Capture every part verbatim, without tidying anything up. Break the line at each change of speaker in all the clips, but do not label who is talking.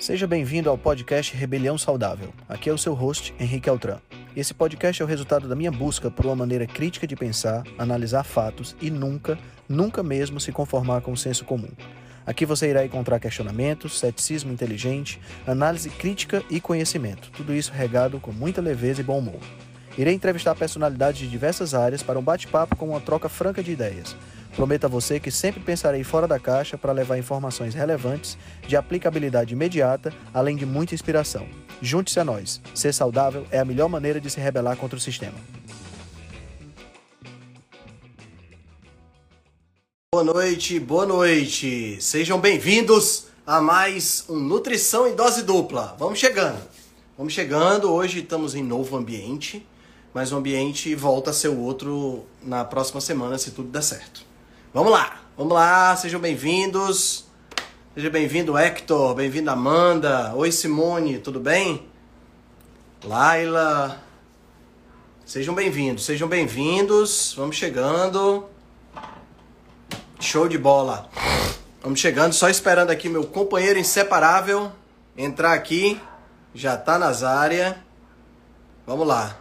Seja bem-vindo ao podcast Rebelião Saudável. Aqui é o seu host, Henrique Altran. Esse podcast é o resultado da minha busca por uma maneira crítica de pensar, analisar fatos e nunca, nunca mesmo se conformar com o senso comum. Aqui você irá encontrar questionamentos, ceticismo inteligente, análise crítica e conhecimento. Tudo isso regado com muita leveza e bom humor. Irei entrevistar personalidades de diversas áreas para um bate-papo com uma troca franca de ideias. Prometo a você que sempre pensarei fora da caixa para levar informações relevantes, de aplicabilidade imediata, além de muita inspiração. Junte-se a nós. Ser saudável é a melhor maneira de se rebelar contra o sistema.
Boa noite, boa noite. Sejam bem-vindos a mais um Nutrição em Dose Dupla. Vamos chegando. Vamos chegando. Hoje estamos em novo ambiente, mas o ambiente volta a ser o outro na próxima semana, se tudo der certo. Vamos lá, vamos lá, sejam bem-vindos. Seja bem-vindo, Hector, bem-vindo, Amanda. Oi, Simone, tudo bem? Laila. Sejam bem-vindos, sejam bem-vindos. Vamos chegando. Show de bola. Vamos chegando, só esperando aqui meu companheiro inseparável entrar aqui. Já tá nas áreas. Vamos lá.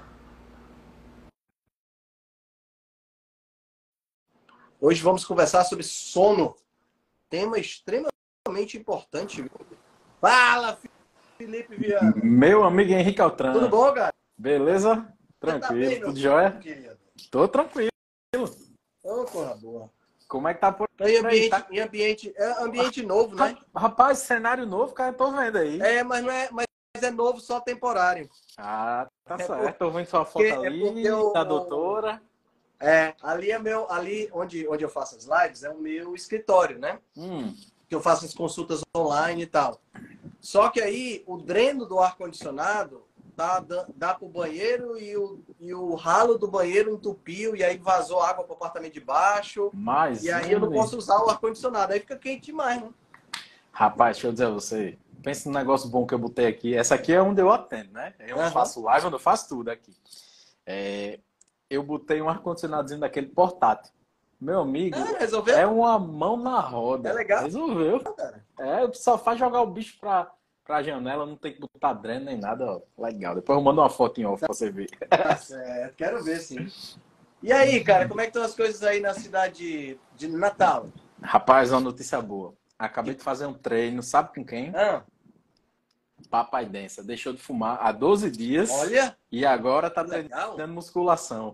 Hoje vamos conversar sobre sono. Tema extremamente importante. Fala, Felipe Viana.
Meu amigo Henrique Altran.
Tudo bom, cara?
Beleza? Tranquilo. Tá bem, tudo jóia?
Querido?
Tô tranquilo.
Ô, porra boa.
Como é que tá por
aí? Ambiente,
tá...
em ambiente, é ambiente novo, né?
Rapaz, cenário novo, cara, eu tô vendo aí.
É, mas não é, mas é novo só temporário.
Ah, tá
é
certo.
Por...
Tô vendo sua foto
é
ali,
eu...
da doutora.
É, ali é meu, ali onde, onde eu faço as lives é o meu escritório, né?
Hum.
Que eu faço as consultas online e tal. Só que aí o dreno do ar-condicionado dá, dá, dá pro banheiro e o, e o ralo do banheiro entupiu e aí vazou água pro apartamento de baixo.
Mas,
e aí eu não posso usar o ar-condicionado, aí fica quente demais, né?
Rapaz, deixa eu dizer a você. Pensa no negócio bom que eu botei aqui. Essa aqui é onde eu atendo, né? Eu uhum. faço live, onde eu faço tudo aqui. É... Eu botei um ar-condicionadozinho daquele portátil. Meu amigo,
é, resolveu?
É uma mão na roda.
É legal.
Resolveu.
Cara.
É, só faz jogar o bicho pra, pra janela, não tem que botar dreno nem nada. Ó. Legal. Depois eu mando uma foto em off pra você ver.
Tá certo, quero ver sim. E aí, cara, como é que estão as coisas aí na cidade de Natal?
Rapaz, uma notícia boa. Acabei de fazer um treino, sabe com quem?
Ah.
Papai Densa. Deixou de fumar há doze dias.
Olha!
E agora tá treinando musculação.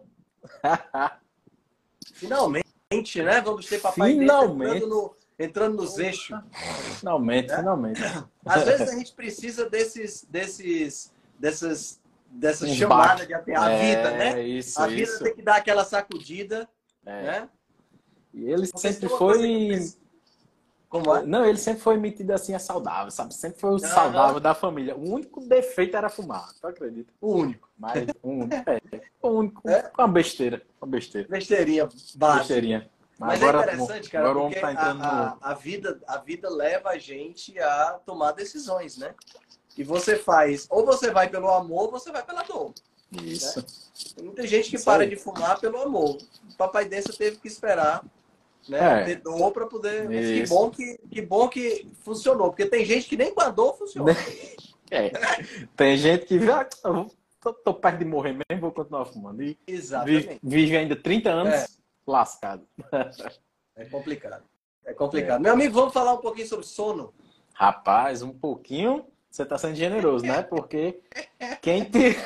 Finalmente, né? Vamos ter Papai
finalmente.
Densa entrando, no, entrando nos eixos.
Finalmente, né? finalmente.
Às vezes a gente precisa desses, desses, dessas, dessas chamadas de a
é,
vida, né?
Isso,
a vida
isso.
tem que dar aquela sacudida, é. né?
E ele Porque sempre foi...
Como é?
Não, ele sempre foi metido assim, a saudável, sabe? Sempre foi o não, saudável não. da família. O único defeito era fumar, tu acredita?
O único.
Mas o único, é. O único. É. Uma besteira. Uma besteira.
Besteirinha básica.
Besteirinha.
Mas, Mas é interessante, cara, agora porque tá entrando a, a, no... a, vida, a vida leva a gente a tomar decisões, né? E você faz, ou você vai pelo amor, ou você vai pela dor.
Isso.
Né? Tem muita gente que
Isso
para
aí.
de fumar pelo amor. O Papai Densa teve que esperar, né? É. Ter dor para poder... Mas que bom que, que bom que funcionou, porque tem gente que nem com a dor funciona.
É. Tem gente que já... Tô, tô perto de morrer mesmo, vou continuar fumando. E
Exatamente.
Vive, vive ainda trinta anos é. lascado.
É complicado. É complicado. É. Meu amigo, vamos falar um pouquinho sobre sono?
Rapaz, um pouquinho... Você tá sendo generoso, né? Porque quem, te...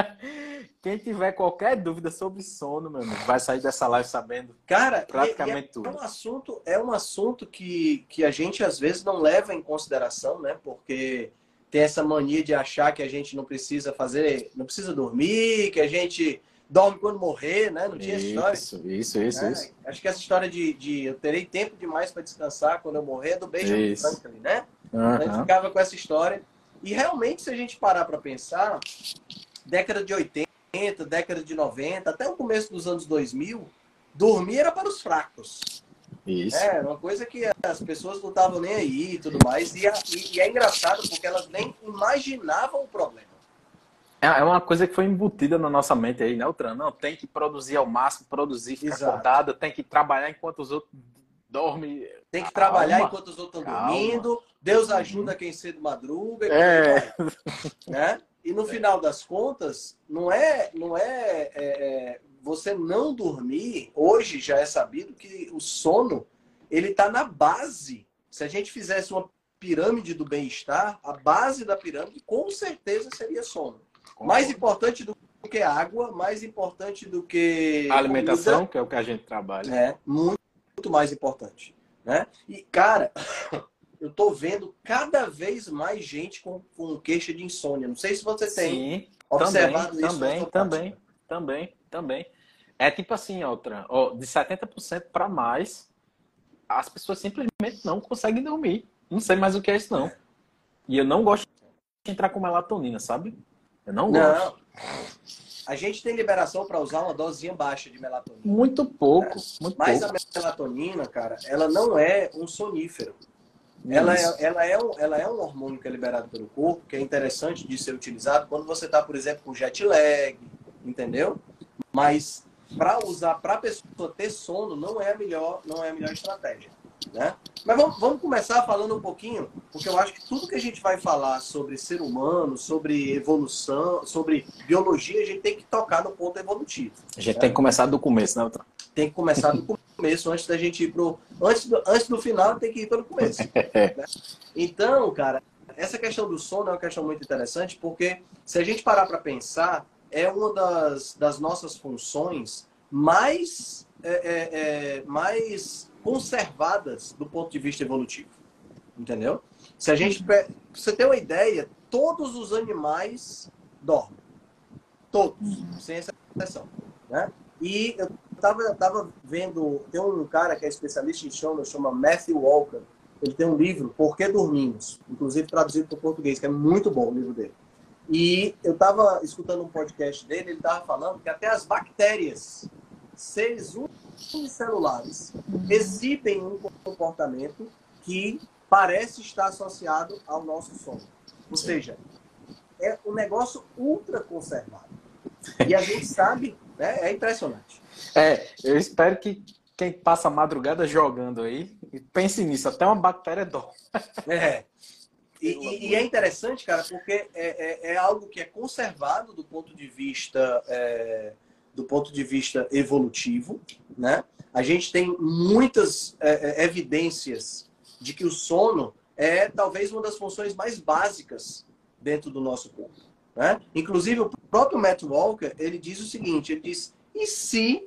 quem tiver qualquer dúvida sobre sono, meu amigo, vai sair dessa live sabendo
Cara,
praticamente
é,
tudo.
É um assunto, é um assunto que, que a gente às vezes não leva em consideração, né? Porque tem essa mania de achar que a gente não precisa fazer, não precisa dormir, que a gente dorme quando morrer, né? Não tinha essa história.
Isso, isso, isso,
né?
isso.
Acho que essa história de, de eu terei tempo demais para descansar quando eu morrer é do Benjamin Franklin, né?
Uhum.
A gente ficava com essa história. E realmente, se a gente parar para pensar, década de oitenta, década de noventa, até o começo dos anos dois mil, dormir era para os fracos.
Isso.
É, era uma coisa que as pessoas não estavam nem aí e tudo mais. E, e, e é engraçado porque elas nem imaginavam o problema.
É uma coisa que foi embutida na nossa mente aí, né, Altran? Não, tem que produzir ao máximo, produzir, ficar
Exato.
acordada, tem que trabalhar enquanto os outros dormem.
Tem que trabalhar Calma. enquanto os outros estão dormindo. Deus ajuda quem cedo madruga. E,
É.
né? E no final das contas, não é, não é, é, é você não dormir. Hoje já é sabido que o sono ele está na base. Se a gente fizesse uma pirâmide do bem-estar, a base da pirâmide com certeza seria sono. Mais importante do que água, mais importante do que
a alimentação,
comida,
que é o que a gente trabalha.
É, muito, muito mais importante. Né? E, cara, eu tô vendo cada vez mais gente com, com queixa de insônia. Não sei se você tem
Sim,
observado
também,
isso.
Também, também, também, também. É tipo assim, Altran, ó, de setenta por cento para mais, as pessoas simplesmente não conseguem dormir. Não sei mais o que é isso, não. E eu não gosto de entrar com melatonina, sabe? Eu não gosto.
Não. A gente tem liberação para usar uma dosezinha baixa de melatonina.
Muito pouco,
né?
muito
Mas
pouco.
a melatonina, cara, ela não é um sonífero. Ela é, ela, é um, ela é um hormônio que é liberado pelo corpo, que é interessante de ser utilizado quando você está, por exemplo, com jet lag, entendeu? Mas para usar, para a pessoa ter sono, não é a melhor, não é a melhor estratégia. Né? Mas vamos, vamos começar falando um pouquinho, porque eu acho que tudo que a gente vai falar sobre ser humano, sobre evolução, sobre biologia, a gente tem que tocar no ponto evolutivo.
A gente
né?
tem que começar do começo, né, Altran?
Tem que começar do começo, antes da gente ir pro... Antes do, antes do final, tem que ir pelo começo. né? Então, cara, essa questão do sono é uma questão muito interessante, porque se a gente parar para pensar, é uma das, das nossas funções mais, é, é, é, mais conservadas do ponto de vista evolutivo. Entendeu? Se a gente... Pra você ter uma ideia, todos os animais dormem. Todos, sem exceção. Né? E eu tava, eu tava vendo... Tem um cara que é especialista em sono, chama Matthew Walker. Ele tem um livro, Por que Dormimos? Inclusive traduzido para o português, que é muito bom o livro dele. E eu tava escutando um podcast dele, ele tava falando que até as bactérias, seres unicelulares, exibem um comportamento que parece estar associado ao nosso sono. Ou
Sim.
seja, é um negócio ultra conservado. E a gente sabe, né, é impressionante.
É, eu espero que quem passa a madrugada jogando aí, pense nisso, até uma bactéria dorme.
É. E, e, e é interessante, cara, porque é, é, é algo que é conservado do ponto de vista... É, do ponto de vista evolutivo, né? A gente tem muitas é, evidências de que o sono é talvez uma das funções mais básicas dentro do nosso corpo, né? Inclusive, o próprio Matt Walker, ele diz o seguinte, ele diz, e se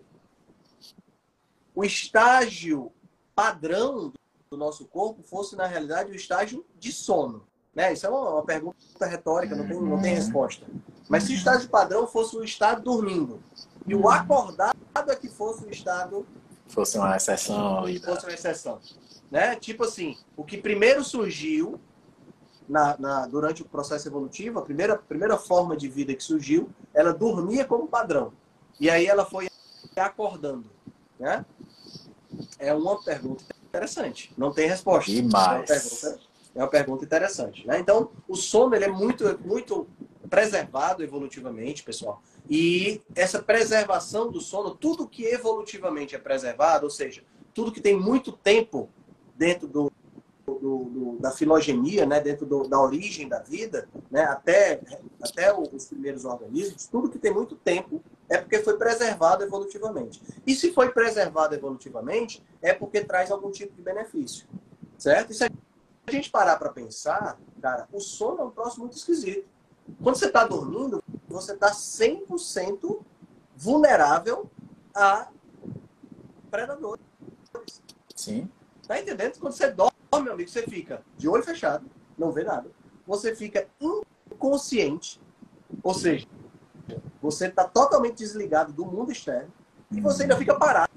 o estágio padrão do nosso corpo fosse, na realidade, o estágio de sono? Né? Isso é uma, uma pergunta retórica, não tem, não tem resposta. Mas se o estágio padrão fosse o estado dormindo, e o acordado é que fosse o estado...
Fosse uma exceção.
Fosse uma exceção. Né? Tipo assim, o que primeiro surgiu na, na, durante o processo evolutivo, a primeira, primeira forma de vida que surgiu, ela dormia como padrão. E aí ela foi acordando. Né? É uma pergunta interessante. Não tem resposta.
Demais.
É uma pergunta, é uma pergunta interessante. Né? Então, o sono ele é muito, muito preservado evolutivamente, pessoal. E essa preservação do sono, tudo que evolutivamente é preservado, ou seja, tudo que tem muito tempo dentro do, do, do, da filogenia, né, dentro do, da origem da vida, né, até, até os primeiros organismos, tudo que tem muito tempo é porque foi preservado evolutivamente. E se foi preservado evolutivamente, é porque traz algum tipo de benefício. Certo? E se a gente parar para pensar, cara, o sono é um troço muito esquisito. Quando você está dormindo, você está cem por cento vulnerável a predadores.
Sim.
Tá entendendo? Quando você dorme, meu amigo, você fica de olho fechado, não vê nada. Você fica inconsciente, ou seja, você está totalmente desligado do mundo externo e você ainda fica parado.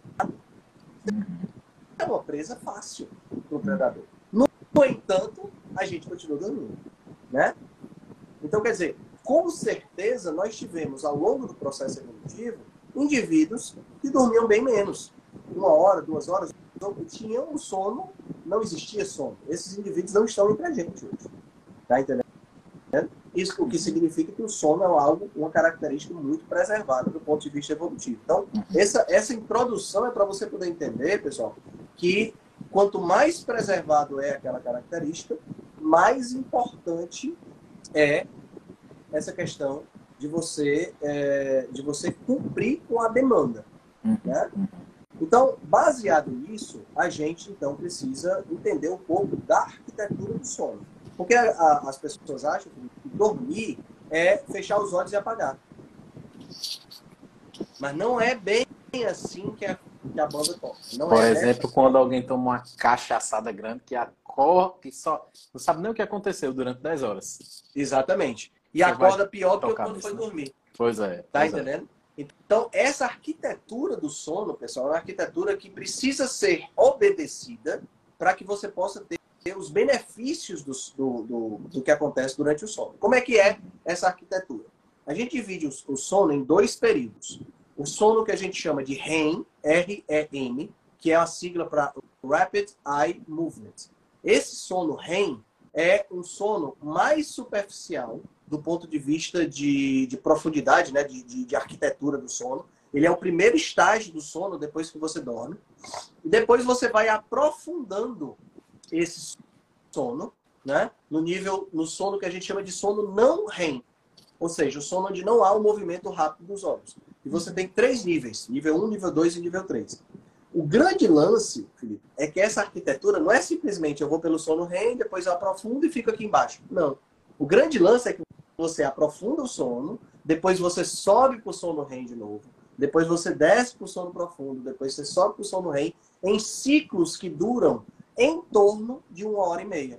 É uma presa fácil para o predador. No, no entanto, a gente continua dormindo, né? Então, quer dizer, com certeza nós tivemos, ao longo do processo evolutivo, indivíduos que dormiam bem menos. Uma hora, duas horas, não tinham um sono, não existia sono. Esses indivíduos não estão entre a gente hoje. Tá entendendo? Isso o que significa que o sono é algo, uma característica muito preservada do ponto de vista evolutivo. Então, essa, essa introdução é para você poder entender, pessoal, que quanto mais preservado é aquela característica, mais importante é essa questão de você, é, de você cumprir com a demanda. Né? Então, baseado nisso, a gente então precisa entender um pouco da arquitetura do sono. Porque a, a, as pessoas acham que dormir é fechar os olhos e apagar. Mas não é bem assim que a, que a banda toca. Não
Por
é
exemplo,
dessa...
quando alguém toma uma cachaçada grande que acorda, que só não sabe nem o que aconteceu durante dez horas.
Exatamente. E
Você
acorda pior do que
tocar
quando
nisso,
foi
né?
dormir.
Pois é.
Tá
pois é.
entendendo? Então, essa arquitetura do sono, pessoal, é uma arquitetura que precisa ser obedecida para que você possa ter os benefícios do, do, do, do que acontece durante o sono. Como é que é essa arquitetura? A gente divide o, o sono em dois períodos. O sono que a gente chama de REM, R E M, que é a sigla para Rapid Eye Movement. Esse sono REM é um sono mais superficial do ponto de vista de, de profundidade, né, de, de, de arquitetura do sono. Ele é o primeiro estágio do sono depois que você dorme. E depois você vai aprofundando esse sono, né, no nível, no sono que a gente chama de sono não REM. Ou seja, o sono onde não há o movimento rápido dos olhos. E você tem três níveis, nível um, nível dois e nível três. O grande lance, Felipe, é que essa arquitetura não é simplesmente eu vou pelo sono REM, depois eu aprofundo e fico aqui embaixo. Não. O grande lance é que você aprofunda o sono, depois você sobe para o sono REM de novo, depois você desce para o sono profundo, depois você sobe para o sono REM, em ciclos que duram em torno de uma hora e meia.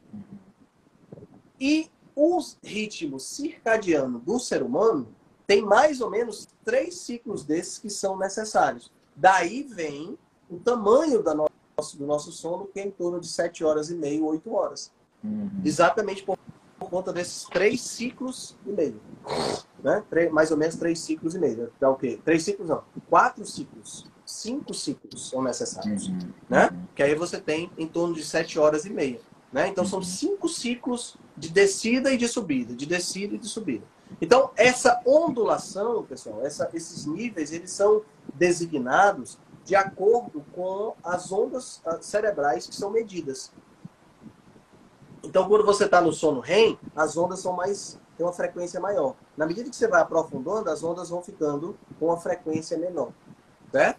E o ritmo circadiano do ser humano tem mais ou menos três ciclos desses que são necessários. Daí vem o tamanho da nosso, do nosso sono, que é em torno de sete horas e meia, oito horas. Uhum. Exatamente por, por conta desses três ciclos e meio. Né? Três, mais ou menos três ciclos e meio. Dá o quê? Três ciclos não. Quatro ciclos. Cinco ciclos são necessários. Uhum. Né? Que aí você tem em torno de sete horas e meia. Né? Então, são cinco ciclos de descida e de subida, de descida e de subida. Então, essa ondulação, pessoal, essa, esses níveis, eles são designados de acordo com as ondas cerebrais que são medidas. Então, quando você está no sono REM, as ondas são mais, têm uma frequência maior. Na medida que você vai aprofundando, as ondas vão ficando com uma frequência menor. Certo?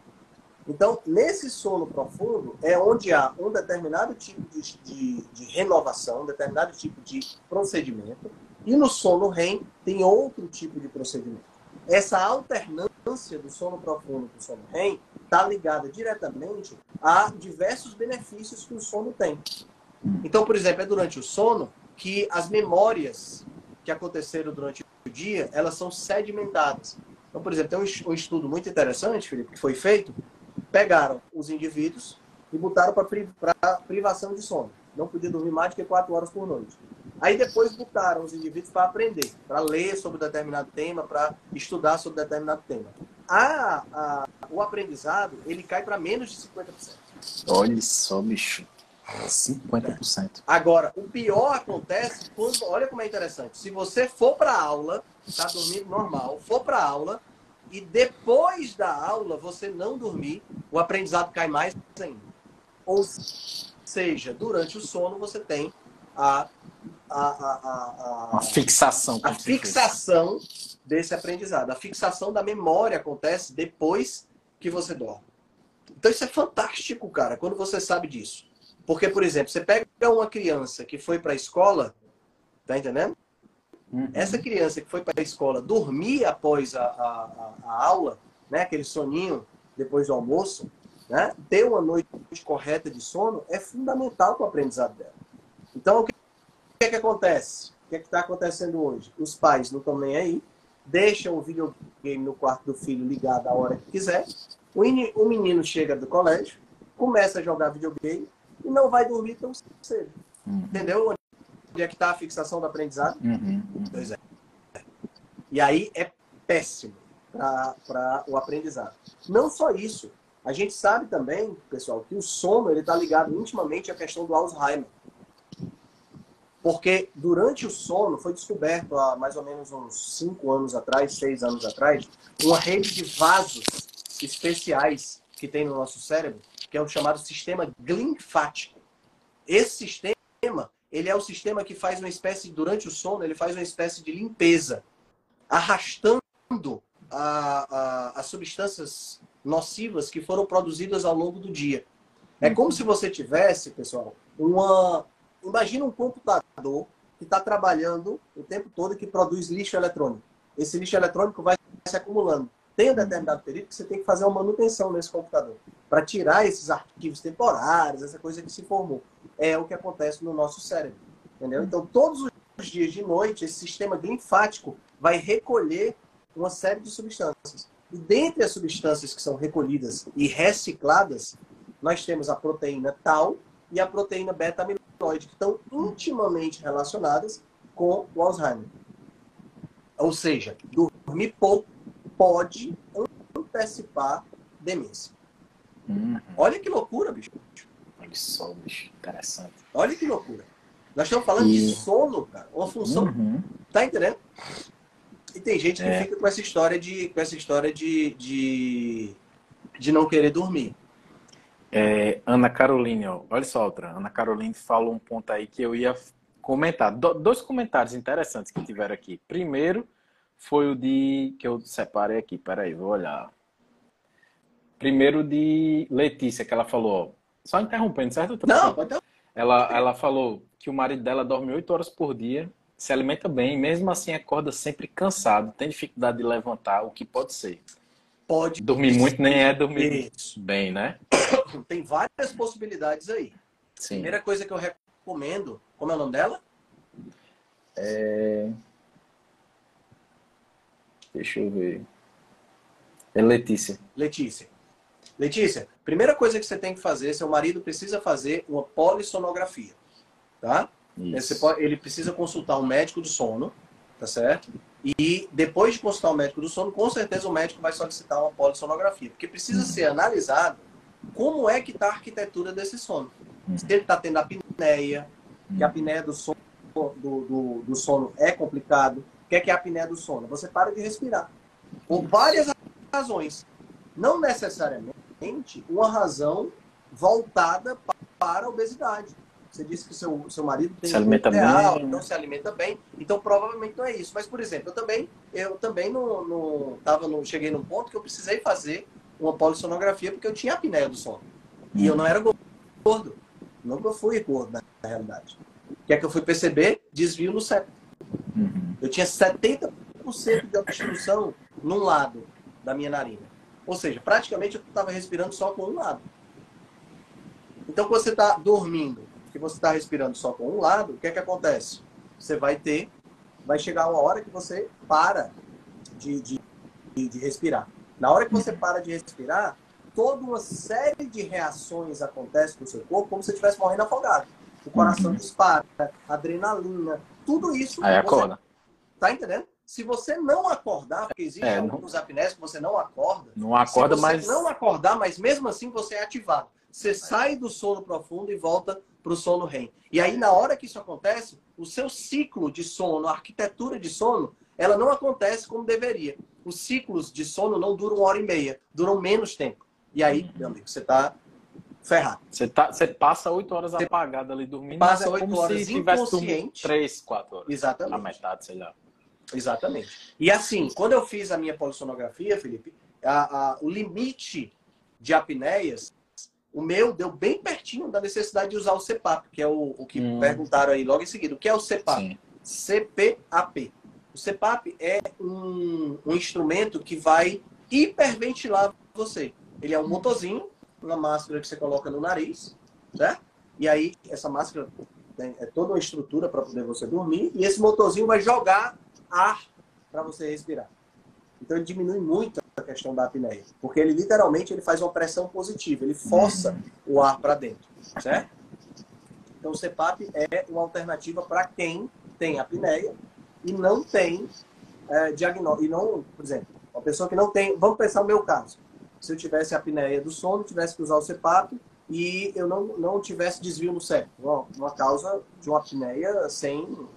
Então, nesse sono profundo, é onde há um determinado tipo de, de, de renovação, um determinado tipo de procedimento, e no sono REM tem outro tipo de procedimento. Essa alternância do sono profundo para o sono REM está ligada diretamente a diversos benefícios que o sono tem. Então, por exemplo, é durante o sono que as memórias que aconteceram durante o dia, elas são sedimentadas. Então, por exemplo, tem um estudo muito interessante, Felipe, que foi feito. Pegaram os indivíduos e botaram para privação de sono. Não podia dormir mais do que quatro horas por noite. Aí depois botaram os indivíduos para aprender, para ler sobre determinado tema, para estudar sobre determinado tema. A, a, o aprendizado, ele cai para menos de cinquenta por cento.
Olha só, bicho. cinquenta por cento.
Agora, o pior acontece quando... Olha como é interessante. Se você for para a aula, está dormindo normal, for para a aula... e depois da aula você não dormir, o aprendizado cai mais ainda. Ou seja, durante o sono você tem a, a, a, a, a,
a fixação.
A fixação desse aprendizado. A fixação da memória acontece depois que você dorme. Então isso é fantástico, cara, quando você sabe disso. Porque, por exemplo, você pega uma criança que foi para a escola, tá entendendo? Uhum. Essa criança que foi para a escola dormir após a, a, a aula, né, aquele soninho depois do almoço, né, ter uma noite correta de sono é fundamental para o aprendizado dela. Então, o que, o que é que acontece? O que é que está acontecendo hoje? Os pais não estão nem aí, deixam o videogame no quarto do filho ligado a hora que quiser, o, in, o menino chega do colégio, começa a jogar videogame e não vai dormir tão cedo. Uhum. Entendeu? Onde é que está a fixação do aprendizado?
Uhum, uhum.
Pois é. E aí é péssimo para o aprendizado. Não só isso. A gente sabe também, pessoal, que o sono está ligado intimamente à questão do Alzheimer. Porque durante o sono foi descoberto há mais ou menos uns cinco anos atrás, seis anos atrás, uma rede de vasos especiais que tem no nosso cérebro, que é o chamado sistema linfático. Esse sistema ele é o sistema que faz uma espécie, durante o sono, ele faz uma espécie de limpeza, arrastando a, a, as substâncias nocivas que foram produzidas ao longo do dia. É como se você tivesse, pessoal, uma... Imagina um computador que está trabalhando o tempo todo e que produz lixo eletrônico. Esse lixo eletrônico vai se acumulando. Tem um determinado período que você tem que fazer uma manutenção nesse computador para tirar esses arquivos temporários, essa coisa que se formou. É o que acontece no nosso cérebro. Entendeu? Então, todos os dias de noite, esse sistema linfático vai recolher uma série de substâncias. E dentre as substâncias que são recolhidas e recicladas, nós temos a proteína tau e a proteína beta-amiloide, que estão intimamente relacionadas com o Alzheimer. Ou seja, dormir pouco pode antecipar demência.
Uhum.
Olha que loucura, bicho.
Olha só, bicho. Interessante.
Olha que loucura. Nós estamos falando
E...
de sono, cara. Uma função...
Uhum.
Tá entendendo? E tem gente que
É.
fica com essa história de, com essa história de, de, de não querer dormir.
É, Ana Caroline, ó, olha só outra. Ana Caroline falou um ponto aí que eu ia comentar. Do, dois comentários interessantes que tiveram aqui. Primeiro foi o de... que eu separei aqui. Peraí, vou olhar. Primeiro de Letícia, que ela falou... Ó, só interrompendo, certo?
Não, pode dar.
Ela, ela falou que o marido dela dorme oito horas por dia, se alimenta bem, mesmo assim acorda sempre cansado, tem dificuldade de levantar, o que pode ser.
Pode.
Dormir muito nem é dormir
Isso.
bem, né?
Tem várias possibilidades aí.
Sim.
Primeira coisa que eu recomendo... Como é o nome dela?
É... Deixa eu ver. É Letícia.
Letícia. Letícia, primeira coisa que você tem que fazer, seu marido precisa fazer uma polissonografia, tá? Você pode, ele precisa consultar um médico do sono, tá certo? E depois de consultar o médico do sono, com certeza o médico vai solicitar uma polissonografia, porque precisa ser analisado como é que está a arquitetura desse sono. Se ele está tendo apneia, que a apneia do sono, do, do, do sono é complicado. O que é, que é a apneia do sono? Você para de respirar. Por várias razões. Não necessariamente uma razão voltada para a obesidade. Você disse que seu, seu marido tem
se alimenta
ideal,
bem,
não se alimenta bem, então provavelmente não é isso. Mas, por exemplo, eu também, eu também não, não, tava no, cheguei num ponto que eu precisei fazer uma polissonografia porque eu tinha apneia do sono. E eu não era gordo. Nunca fui gordo, na realidade. O que é que eu fui perceber? Desvio no septo.
Uhum.
Eu tinha setenta por cento de obstrução num lado da minha narina. Ou seja, praticamente eu estava respirando só com um lado. Então, quando você está dormindo, que você está respirando só com um lado, o que é que acontece? Você vai ter, vai chegar uma hora que você para de, de, de respirar. Na hora que você para de respirar, toda uma série de reações acontecem no seu corpo como se você estivesse morrendo afogado. O coração
Uhum.
dispara, adrenalina, tudo isso...
Aí
você...
acorda.
Tá entendendo? Se você não acordar, porque existe
É,
alguns apneias que você não acorda.
Não acorda,
se você
mas...
não acordar, mas mesmo assim você é ativado. Você sai do sono profundo e volta para o sono R E M. E aí, na hora que isso acontece, o seu ciclo de sono, a arquitetura de sono, ela não acontece como deveria. Os ciclos de sono não duram uma hora e meia, duram menos tempo. E aí, meu amigo, você está ferrado.
Você, tá, você passa oito horas apagado ali dormindo,
Passa
mas é
oito
como
horas
se tivesse dormido
inconsciente.
três, quatro horas.
Exatamente.
Na metade, sei lá.
Exatamente. E assim, quando eu fiz a minha polissonografia, Felipe, a, a, o limite de apneias, o meu deu bem pertinho da necessidade de usar o C PAP, que é o, o que
hum.
perguntaram aí logo em seguida. O que é o C PAP?
Sim.
C P A P. O C PAP é um, um instrumento que vai hiperventilar você. Ele é um motorzinho, uma máscara que você coloca no nariz, certo? E aí, essa máscara tem, é toda uma estrutura para poder você dormir, e esse motorzinho vai jogar ar para você respirar. Então ele diminui muito a questão da apneia, porque ele literalmente ele faz uma pressão positiva, ele força uhum. o ar para dentro, certo? Então o C PAP é uma alternativa para quem tem apneia e não tem é, diagnóstico, e não, por exemplo, uma pessoa que não tem, vamos pensar no meu caso, se eu tivesse apneia do sono, tivesse que usar o C PAP e eu não, não tivesse desvio no cérebro, uma, uma causa de uma apneia sem,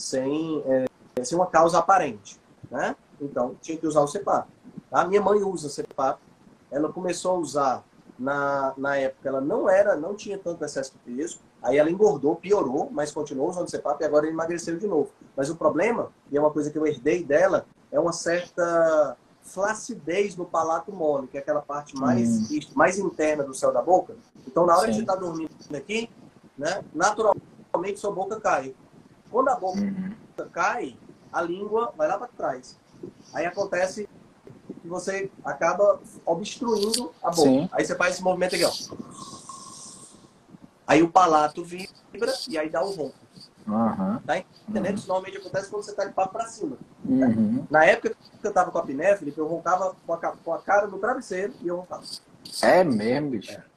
sem é, sem uma causa aparente, né? Então, tinha que usar o C PAP. A minha mãe usa C PAP. Ela começou a usar, na, na época, ela não era, não tinha tanto excesso de peso. Aí ela engordou, piorou, mas continuou usando C PAP e agora ele emagreceu de novo. Mas o problema, e é uma coisa que eu herdei dela, é uma certa flacidez no palato mole, que é aquela parte mais, hum. mais interna do céu da boca. Então, na hora Sim. que você está dormindo aqui, né, naturalmente sua boca cai. Quando a boca uhum. cai, a língua vai lá para trás. Aí acontece que você acaba obstruindo a boca. Sim. Aí você faz esse movimento aqui, ó. Aí o palato vibra e aí dá o ronco. Uhum. Tá entendendo? Uhum. Isso normalmente acontece quando você tá de papo para cima. Né? Uhum. Na época que eu tava com a apneia, Felipe, eu roncava com a, com a cara no travesseiro e eu roncava.
É mesmo, bicho? É.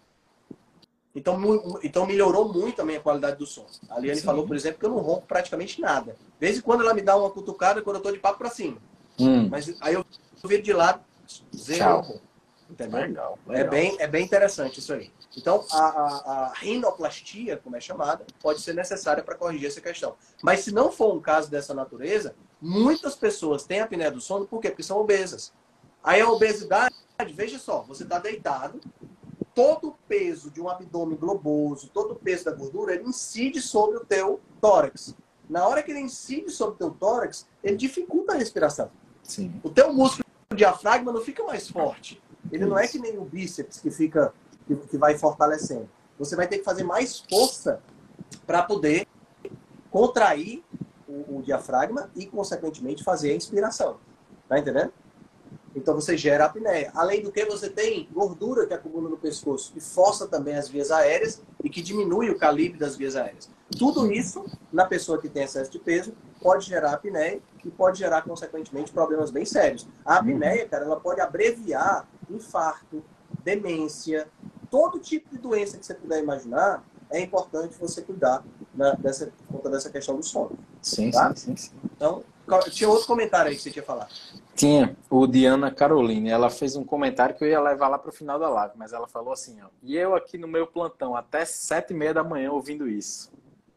Então, então melhorou muito a minha qualidade do som. A Liane Sim. falou, por exemplo, que eu não ronco praticamente nada. De vez em quando ela me dá uma cutucada quando eu tô de papo para cima. Hum. Mas aí eu viro de lado, zero ronco. Entendeu? Legal, legal. É, bem, é bem interessante isso aí. Então, a, a, a rinoplastia, como é chamada, pode ser necessária para corrigir essa questão. Mas se não for um caso dessa natureza, muitas pessoas têm apneia do sono, por quê? Porque são obesas. Aí a obesidade, veja só, você está deitado, todo o peso de um abdômen globoso, todo o peso da gordura, ele incide sobre o teu tórax. Na hora que ele incide sobre o teu tórax, ele dificulta a respiração. Sim. O teu músculo diafragma não fica mais forte. Ele não é que nem o bíceps que fica, que, que vai fortalecendo. Você vai ter que fazer mais força para poder contrair o, o diafragma e, consequentemente, fazer a inspiração. Tá entendendo? Então você gera apneia. Além do que, você tem gordura que acumula no pescoço, que força também as vias aéreas e que diminui o calibre das vias aéreas. Tudo isso, na pessoa que tem excesso de peso, pode gerar apneia e pode gerar, consequentemente, problemas bem sérios. A apneia, cara, ela pode abreviar infarto, demência, todo tipo de doença que você puder imaginar, é importante você cuidar na, dessa, por conta dessa questão do sono.
Sim,
tá?
sim, sim, sim.
Então, tinha outro comentário aí que você tinha falado.
Tinha, o Diana Caroline, ela fez um comentário que eu ia levar lá para o final da live, mas ela falou assim, ó, e eu aqui no meu plantão até sete e meia da manhã ouvindo isso.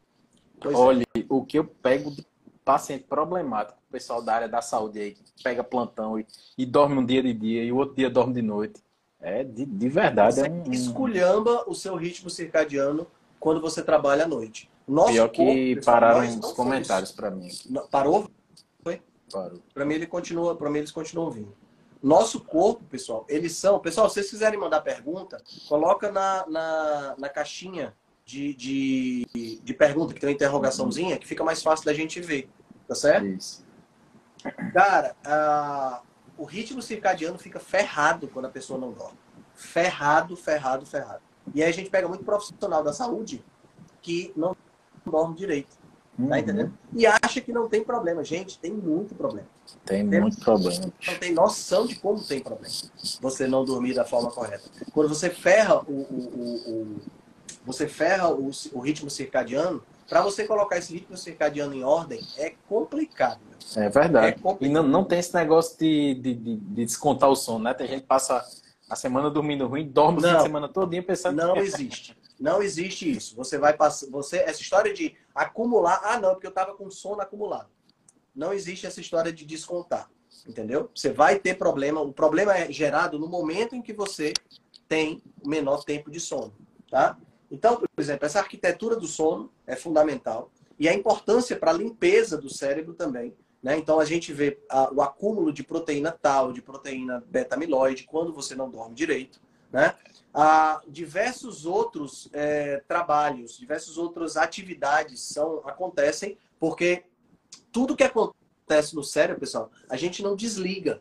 Pois Olha, é. o que eu pego de paciente problemático, o pessoal da área da saúde aí, que pega plantão e, e dorme um dia de dia e o outro dia dorme de noite. É, de, de verdade.
Você
é um,
esculhamba o seu ritmo circadiano quando você trabalha à noite.
Nosso Pior corpo, que pessoal, pararam os comentários para mim. Aqui.
Parou? Foi?
Parou.
Para mim, ele continua, para mim eles continuam vindo. Nosso corpo, pessoal, eles são... Pessoal, se vocês quiserem mandar pergunta, coloca na, na, na caixinha de, de, de pergunta, que tem uma interrogaçãozinha, que fica mais fácil da gente ver. Tá certo? Isso. Cara, a, o ritmo circadiano fica ferrado quando a pessoa não dorme. Ferrado, ferrado, ferrado. E aí a gente pega muito profissional da saúde que não dorme direito. Tá uhum. entendendo? E acha que não tem problema. Gente, tem muito problema.
Tem, tem muito problema.
Não tem noção de como tem problema. Você não dormir da forma correta. Quando você ferra o, o, o, o você ferra o, o ritmo circadiano, para você colocar esse ritmo circadiano em ordem, é complicado.
Meu. É verdade. É complicado. E não, não tem esse negócio de, de, de, de descontar o sono, né? Tem gente que passa a semana dormindo ruim, dorme não, a semana todinha pensando...
Não existe. Não existe isso. Você vai passar... Você, essa história de acumular... Ah, não, porque eu estava com sono acumulado. Não existe essa história de descontar. Entendeu? Você vai ter problema. O problema é gerado no momento em que você tem o menor tempo de sono. Tá? Então, por exemplo, essa arquitetura do sono é fundamental. E a importância para a limpeza do cérebro também. Né? Então, a gente vê a, o acúmulo de proteína tal, de proteína beta-amiloide, quando você não dorme direito. Né? Há diversos outros é, trabalhos, diversas outras atividades são, acontecem, porque tudo que acontece no cérebro, pessoal, a gente não desliga.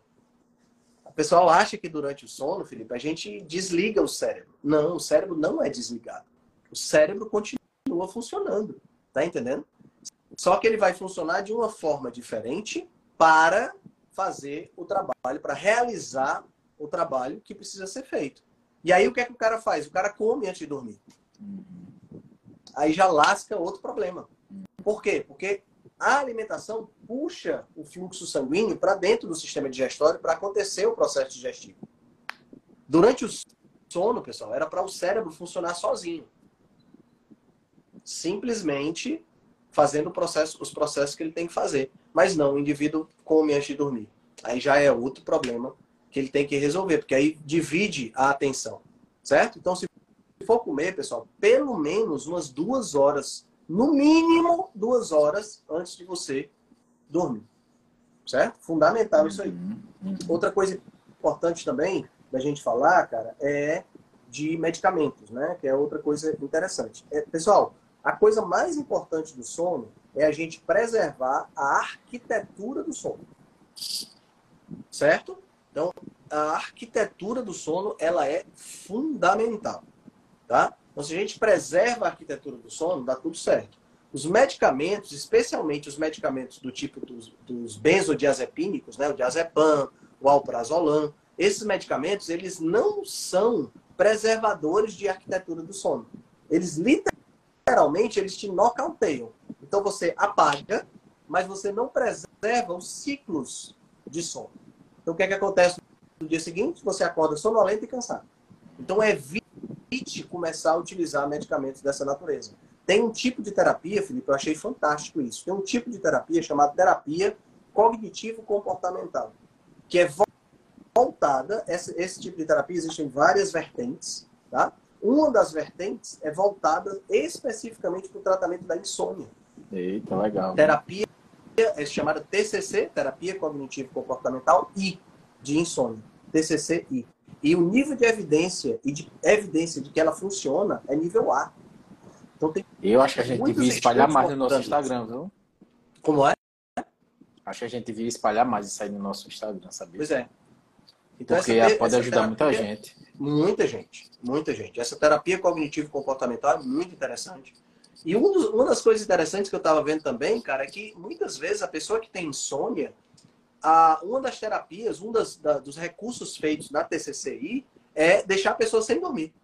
O pessoal acha que durante o sono, Felipe, a gente desliga o cérebro. Não, o cérebro não é desligado. O cérebro continua funcionando. Tá entendendo? Só que ele vai funcionar de uma forma diferente para fazer o trabalho, para realizar o trabalho que precisa ser feito. E aí o que é que o cara faz? O cara come antes de dormir. Aí já lasca outro problema. Por quê? Porque a alimentação puxa o fluxo sanguíneo para dentro do sistema digestório para acontecer o processo digestivo. Durante o sono, pessoal, era para o cérebro funcionar sozinho. Simplesmente fazendo o processo, os processos que ele tem que fazer. Mas não, o indivíduo come antes de dormir. Aí já é outro problema que ele tem que resolver, porque aí divide a atenção, certo? Então, se for comer, pessoal, pelo menos umas duas horas, no mínimo duas horas antes de você dormir. Certo? Fundamental isso aí. Outra coisa importante também da gente falar, cara, é de medicamentos, né? Que é outra coisa interessante. É, pessoal, a coisa mais importante do sono é a gente preservar a arquitetura do sono. Certo? Então, a arquitetura do sono, ela é fundamental. Tá? Então, se a gente preserva a arquitetura do sono, dá tudo certo. Os medicamentos, especialmente os medicamentos do tipo dos, dos benzodiazepínicos, né? O diazepam, o alprazolam, esses medicamentos, eles não são preservadores de arquitetura do sono. Eles, literalmente, eles te nocauteiam. Então, você apaga, mas você não preserva os ciclos de sono. Então, o que é que acontece no dia seguinte? Você acorda sonolento e cansado. Então, evite começar a utilizar medicamentos dessa natureza. Tem um tipo de terapia, Felipe, eu achei fantástico isso. Tem um tipo de terapia chamada terapia cognitivo-comportamental, que é voltada, esse, esse tipo de terapia existem várias vertentes, tá? Uma das vertentes é voltada especificamente para o tratamento da insônia.
Eita, legal.
Terapia é chamada T C C, terapia cognitivo-comportamental I, de insônia. T C C I. E o nível de evidência e de evidência de que ela funciona é nível A. Então, tem
Eu acho que a gente devia espalhar mais no nosso Instagram, viu?
Como é?
Acho que a gente devia espalhar mais isso aí no nosso Instagram, sabia?
Pois é. Então,
Porque
essa,
pode
essa
ajudar
terapia,
muita gente.
Muita gente. Muita gente. Essa terapia cognitivo-comportamental é muito interessante. E um dos, uma das coisas interessantes que eu estava vendo também, cara, é que muitas vezes a pessoa que tem insônia, a, uma das terapias, um das, da, dos recursos feitos na T C C I é deixar a pessoa sem dormir.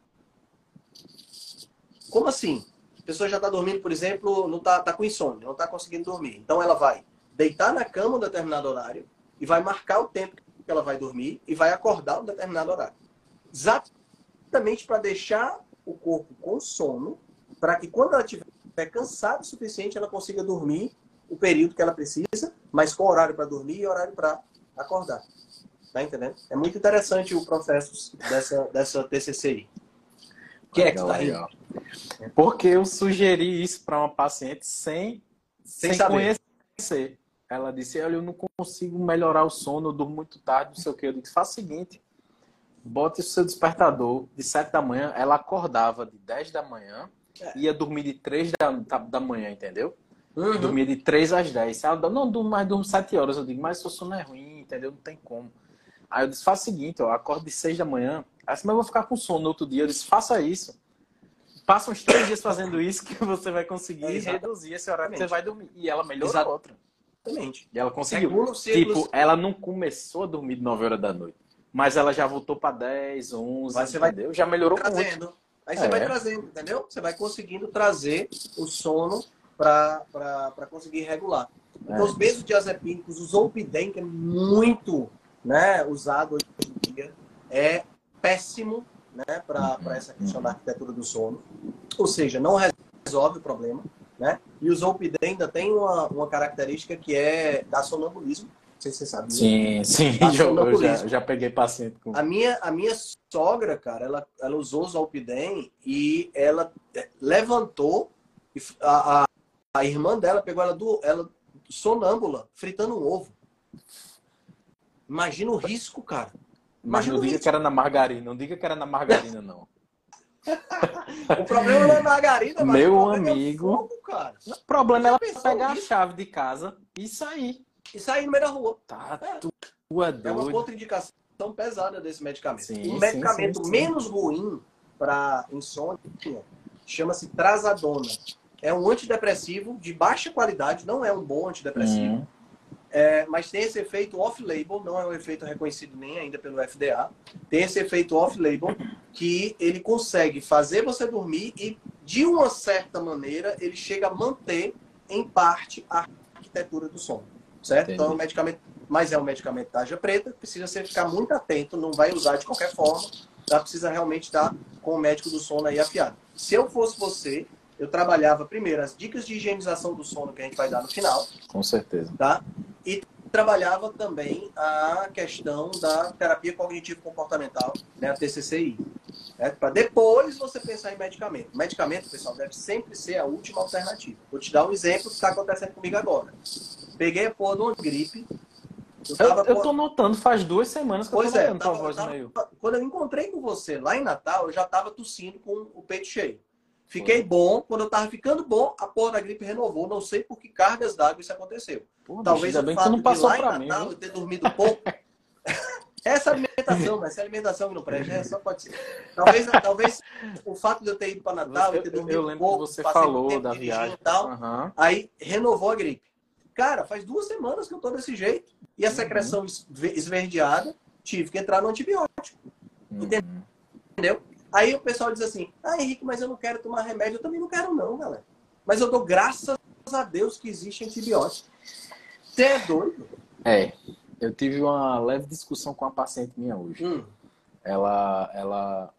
Como assim? A pessoa já está dormindo, por exemplo, não está tá com insônia, não está conseguindo dormir. Então ela vai deitar na cama um determinado horário e vai marcar o tempo que ela vai dormir e vai acordar um determinado horário. Exatamente para deixar o corpo com sono, para que quando ela estiver cansada o suficiente, ela consiga dormir o período que ela precisa, mas com horário para dormir e horário para acordar. Tá entendendo? É muito interessante o processo dessa, dessa T C C I. O que é que tá rindo?
Porque eu sugeri isso para uma paciente sem,
Sem
sem
saber.
conhecer. Ela disse, olha, eu não consigo melhorar o sono, eu durmo muito tarde, não sei o que. Eu disse, faz o seguinte, bote o seu despertador de sete da manhã. Ela acordava de dez da manhã,
É.
ia dormir de três da, da manhã, entendeu?
Uhum.
Dormia de três às dez. Ela não durmo mais, durmo sete horas. Eu digo, mas seu sono é ruim, entendeu? Não tem como. Aí eu disse, faça o seguinte, ó, acordo de seis da manhã. Aí disse, mas eu vou ficar com sono no outro dia. Eu disse, faça isso. Passa uns três dias fazendo isso que você vai conseguir
É,
reduzir esse horário que você vai dormir. E ela melhorou
Exato.
outra.
Exatamente.
E ela conseguiu.
Regula os ciclos.
Tipo, ela não começou a dormir de nove horas da noite. Mas ela já voltou para dez, onze,
Mas você vai
entendeu? Já melhorou muito.
trazendo. Aí você
É.
vai trazendo, entendeu? Você vai conseguindo trazer o sono para conseguir regular. Então,
É.
os benzodiazepínicos, o Zolpidem, que é muito, né, usado hoje em dia, é péssimo, né, para essa questão da arquitetura do sono. Ou seja, não resolve o problema, né? E o Zolpidem ainda tem uma, uma característica que é da sonambulismo. Não sei se você sabia.
Sim, sim.
Tá
Eu, eu já,
sonambulismo.
já peguei paciente com...
A minha, a minha sogra, cara, ela, ela usou o Zolpidem e ela levantou, e a, a, a irmã dela pegou ela, do, ela sonâmbula, fritando um ovo. Imagina o risco, cara.
Mas
Imagina
não
o
diga
risco.
que era na margarina. Não diga que era na margarina, não.
O problema não é margarina, mas
Meu
o problema
amigo.
é fogo, cara.
O problema é ela
pensou
pegar a
nisso?
chave de casa e sair.
E sair no meio da rua.
Tá,
É.
tu é
É uma
doido.
contraindicação pesada desse medicamento.
Sim,
um medicamento
sim, sim, sim.
menos ruim para insônia chama-se trazadona. É um antidepressivo de baixa qualidade, não é um bom antidepressivo,
Hum.
é, mas tem esse efeito off-label, não é um efeito reconhecido nem ainda pelo F D A. Tem esse efeito off-label que ele consegue fazer você dormir e, de uma certa maneira, ele chega a manter, em parte, a arquitetura do sono. Certo?
Entendi.
Então, é um medicamento, mas é um medicamento tarja preta, precisa você ficar muito atento, não vai usar de qualquer forma, tá? Precisa realmente estar com o médico do sono aí afiado. Se eu fosse você, eu trabalhava primeiro as dicas de higienização do sono que a gente vai dar no final,
Com certeza.
tá? E trabalhava também a questão da terapia cognitivo-comportamental, né, a T C C I. É para depois você pensar em medicamento. Medicamento, pessoal, deve sempre ser a última alternativa. Vou te dar um exemplo que está acontecendo comigo agora. Peguei a porra de uma gripe.
Eu, tava, eu, eu tô notando, faz duas semanas que
pois
eu tô
é,
notando
tava,
tua voz
tava,
meio...
Quando eu encontrei com você lá em Natal, eu já tava tossindo com o peito cheio. Fiquei Pô. bom. Quando eu tava ficando bom, a porra da gripe renovou. Não sei por que cargas d'água isso aconteceu.
Pô,
Talvez
bicho,
o
bem
fato
não passou
de lá
pra
em Natal
mim,
eu ter dormido pouco... Essa alimentação, mas essa alimentação que não presta, é, só pode ser. Talvez, talvez o fato de eu ter ido para Natal
eu,
e ter dormido
eu lembro
pouco,
que você
passei
falou
muito tempo
da
dirigindo
viagem
e tal,
uhum.
aí renovou a gripe. Cara, faz duas semanas que eu tô desse jeito. E a secreção uhum. esverdeada, tive que entrar no antibiótico.
Uhum.
Entendeu? Aí o pessoal diz assim, ah, Henrique, mas eu não quero tomar remédio. Eu também não quero não, galera. Mas eu dou graças a Deus que existe antibiótico. Você é doido?
É. Eu tive uma leve discussão com uma paciente minha hoje.
Hum.
Ela, ela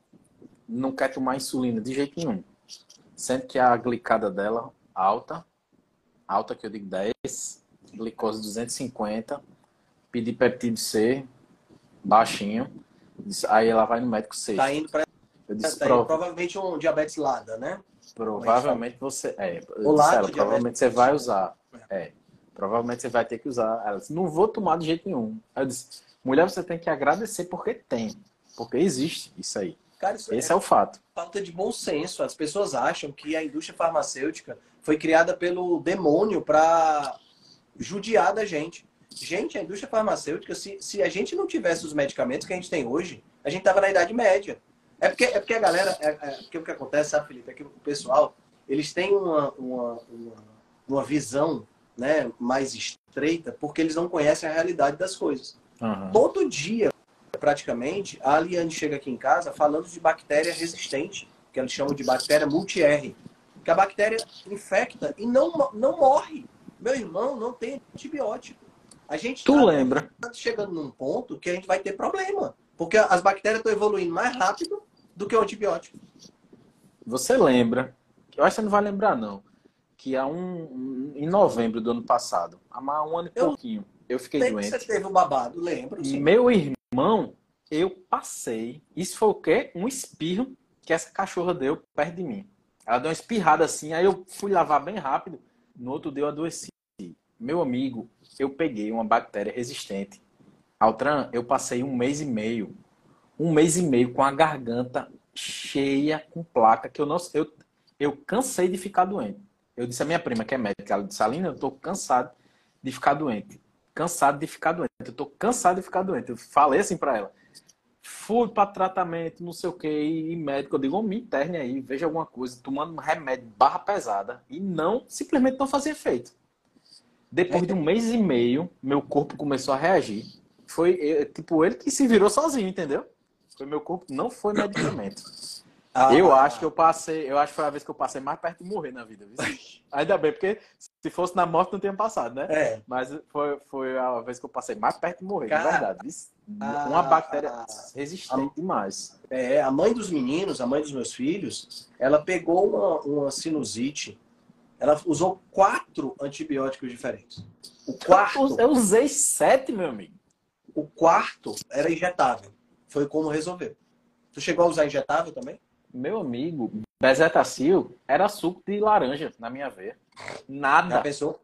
não quer tomar insulina de jeito nenhum. Sendo que a glicada dela alta, alta que eu digo dez, glicose duzentos e cinquenta, pedi peptídeo C, baixinho. Aí ela vai no médico sexta.
Tá indo para tá
Pro...
provavelmente um diabetes LADA, né?
Provavelmente você... É,
o
disse
lado
ela, provavelmente você vai usar. É. Provavelmente você vai ter que usar. Ela disse, não vou tomar de jeito nenhum. Eu disse, mulher, você tem que agradecer porque tem. Porque existe isso aí.
Cara, isso
Esse
é,
é o fato.
Falta de bom senso. As pessoas acham que a indústria farmacêutica foi criada pelo demônio para judiar da gente. Gente, a indústria farmacêutica, se, se a gente não tivesse os medicamentos que a gente tem hoje, a gente tava na Idade Média. É porque, é porque a galera... É, é porque o que acontece, sabe, Felipe? É que o pessoal, eles têm uma, uma, uma, uma visão... Né, mais estreita, porque eles não conhecem a realidade das coisas.
Uhum.
Todo dia, praticamente, a Aliane chega aqui em casa falando de bactéria resistente, que eles chamam de bactéria multi-R, que a bactéria infecta e não, não morre. Meu irmão, não tem antibiótico. A gente
tu
tá
lembra?
chegando num ponto que a gente vai ter problema, porque as bactérias estão evoluindo mais rápido do que o antibiótico.
Você lembra? Eu acho que você não vai lembrar, não. Que há um, um, em novembro do ano passado, há um ano e eu pouquinho, eu fiquei doente.
Você teve um babado, lembro. Sim.
Meu irmão, eu passei, isso foi o quê? Um espirro que essa cachorra deu perto de mim. Ela deu uma espirrada assim, aí eu fui lavar bem rápido, no outro dia eu adoeci. Meu amigo, eu peguei uma bactéria resistente. Altran, eu passei um mês e meio, um mês e meio com a garganta cheia com placa, que eu não eu, eu cansei de ficar doente. Eu disse à minha prima, que é médica, ela disse, Alina, eu tô cansado de ficar doente. Cansado de ficar doente. Eu tô cansado de ficar doente. Eu falei assim pra ela. Fui para tratamento, não sei o que, e médico. Eu digo, oh, me interne aí, veja alguma coisa, tomando remédio barra pesada. E não, simplesmente não fazia efeito. Depois de um mês e meio, meu corpo começou a reagir. Foi, tipo, ele que se virou sozinho, entendeu? Foi meu corpo, não foi medicamento. Ah, eu acho que eu passei, eu acho que foi a vez que eu passei mais perto de morrer na vida. Viu? Ainda bem, porque se fosse na morte não tinha passado, né?
É.
Mas foi, foi a vez que eu passei mais perto de morrer,
Cara,
de verdade.
a,
uma bactéria
a,
resistente a, demais.
É, a mãe dos meninos, a mãe dos meus filhos, ela pegou uma, uma sinusite, ela usou quatro antibióticos diferentes. O quarto...
Eu usei sete, meu amigo.
O quarto era injetável. Foi como resolveu. Tu chegou a usar injetável também?
Meu amigo, Bezetacil era suco de laranja na minha veia. Nada.
Já pensou?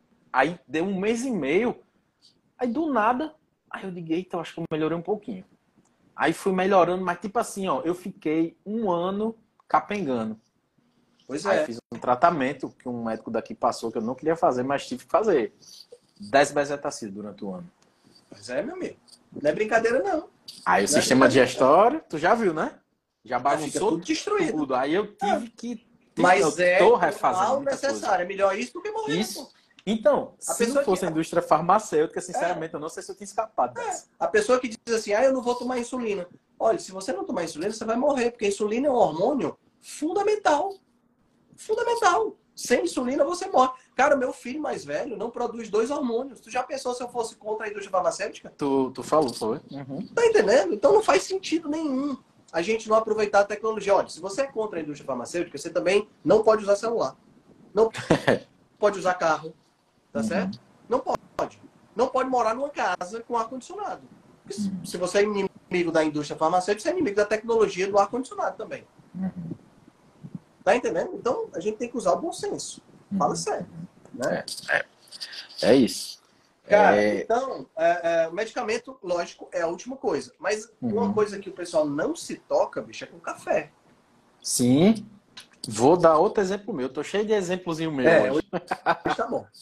Aí deu um mês e meio. Aí do nada, aí eu digo, eita, eu acho que eu melhorei um pouquinho. Aí fui melhorando, mas tipo assim, ó, eu fiquei um ano capengando.
Pois
aí
é.
Fiz um tratamento que um médico daqui passou, que eu não queria fazer, mas tive que fazer. dez Bezetacil durante o ano.
Pois é, meu amigo. Não é brincadeira, não.
Aí o
não
sistema
é
digestório, tu já viu, né? Já bagunçou
fica tudo destruído.
Tudo. Aí eu tive que... Tive,
Mas
eu
é
tô refazendo
mal necessário.
coisa.
É melhor isso do que morrer.
Isso. Então,
a
se não fosse que... a indústria farmacêutica, sinceramente, é. eu não sei se eu tinha escapado dessa.
É. A pessoa que diz assim, ah, eu não vou tomar insulina. Olha, se você não tomar insulina, você vai morrer, porque a insulina é um hormônio fundamental. Fundamental. Sem insulina, você morre. Cara, meu filho mais velho não produz dois hormônios. Tu já pensou se eu fosse contra a indústria farmacêutica?
Tu, tu falou, foi. Uhum.
Tá entendendo? Então não faz sentido nenhum a gente não aproveitar a tecnologia. Olha, se você é contra a indústria farmacêutica, você também não pode usar celular. Não pode usar carro. Tá uhum. certo? Não pode. Não pode morar numa casa com ar-condicionado. Uhum. Se você é inimigo inimigo da indústria farmacêutica, você é inimigo da tecnologia do ar-condicionado também.
Uhum.
Tá entendendo? Então, a gente tem que usar o bom senso. Fala
Uhum.
sério. Né?
É, é. É isso.
Cara,
É...
então, é, é, o medicamento, lógico, é a última coisa. Mas
Uhum.
uma coisa que o pessoal não se toca, bicho, é com café.
Sim. Vou dar outro exemplo meu. Tô cheio de exemplozinho meu
É,
hoje.
hoje tá bom.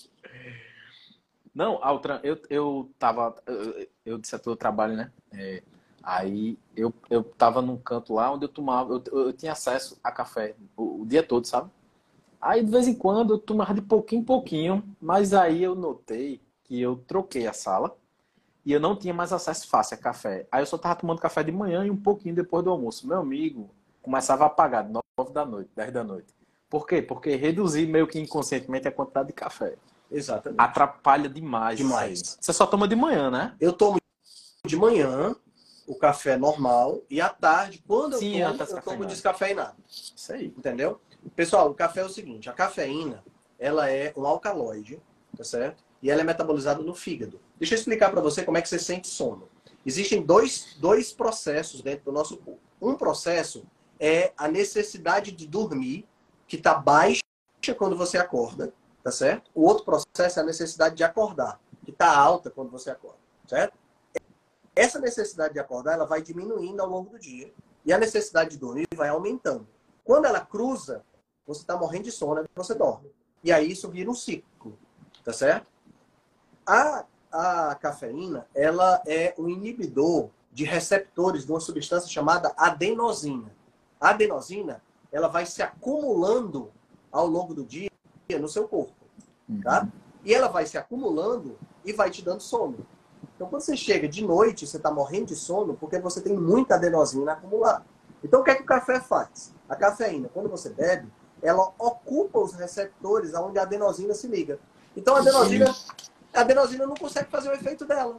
Não, Altran, eu, eu tava. Eu, eu disse a tu, eu trabalho, né? É, aí eu, eu tava num canto lá onde eu tomava. Eu, eu, eu tinha acesso a café o, o dia todo, sabe? Aí de vez em quando eu tomava de pouquinho em pouquinho, mas aí eu notei que eu troquei a sala e eu não tinha mais acesso fácil a café. Aí eu só tava tomando café de manhã e um pouquinho depois do almoço. Meu amigo começava a apagar nove da noite, dez da noite. Por quê? Porque reduzi meio que inconscientemente a quantidade de café.
Exatamente.
Atrapalha demais.
Demais.
Isso aí. Você só toma de manhã, né?
Eu tomo de manhã o café normal e à tarde, quando
Sim,
eu tomo, eu tomo descafeinado.
Isso aí.
Entendeu? Pessoal, o café é o seguinte, a cafeína, ela é um alcaloide, tá certo? E ela é metabolizada no fígado. Deixa eu explicar para você como é que você sente sono. Existem dois, dois processos dentro do nosso corpo. Um processo é a necessidade de dormir, que está baixa quando você acorda, tá certo? O outro processo é a necessidade de acordar, que está alta quando você acorda, certo? Essa necessidade de acordar, ela vai diminuindo ao longo do dia. E a necessidade de dormir vai aumentando. Quando ela cruza, você está morrendo de sono, aí você dorme. E aí isso vira um ciclo, tá certo? A, a cafeína, ela é um inibidor de receptores de uma substância chamada adenosina. A adenosina, ela vai se acumulando ao longo do dia no seu corpo, tá? E ela vai se acumulando e vai te dando sono. Então, quando você chega de noite, você está morrendo de sono porque você tem muita adenosina acumulada. Então, o que é que o café faz? A cafeína, quando você bebe, ela ocupa os receptores onde a adenosina se liga. Então, a adenosina, a adenosina não consegue fazer o efeito dela.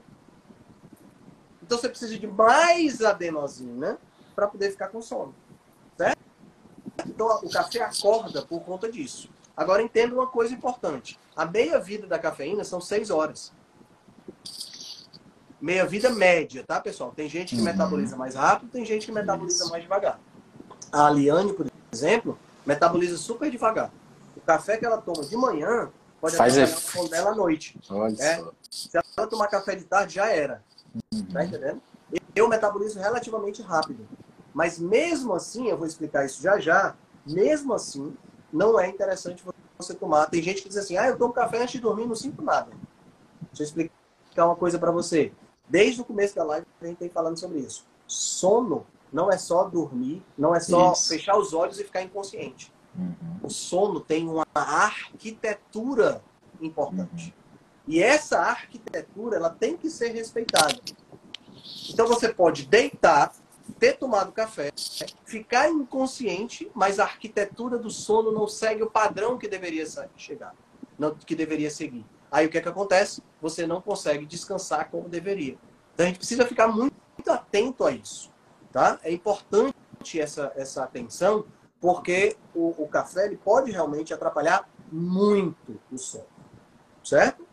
Então, você precisa de mais adenosina para poder ficar com sono. Certo? Então, o café acorda por conta disso. Agora, entenda uma coisa importante. A meia-vida da cafeína são seis horas. Meia-vida média, tá, pessoal? Tem gente que uhum. metaboliza mais rápido, tem gente que metaboliza Isso. mais devagar. A Aliane, por exemplo, metaboliza super devagar. O café que ela toma de manhã pode
Faz
atrapalhar o sono dela à noite.
Olha
é?
só.
Se ela tomar café de tarde, já era. Uhum. Tá entendendo? Eu metabolizo relativamente rápido. Mas mesmo assim, eu vou explicar isso já já, mesmo assim, não é interessante você tomar. Tem gente que diz assim, ah, eu tomo café antes de dormir e não sinto nada. Deixa eu explicar uma coisa para você. Desde o começo da live a gente tem falando sobre isso. Sono não é só dormir, não é só isso. fechar os olhos e ficar inconsciente. Uhum. O sono tem uma arquitetura importante. Uhum. E essa arquitetura, ela tem que ser respeitada. Então você pode deitar, ter tomado café, ficar inconsciente, mas a arquitetura do sono não segue o padrão que deveria chegar, não, que deveria seguir. Aí o que é que acontece? Você não consegue descansar como deveria. Então a gente precisa ficar muito, muito atento a isso. Tá? É importante essa, essa atenção, porque o, o café ele pode realmente atrapalhar muito o sono. Certo?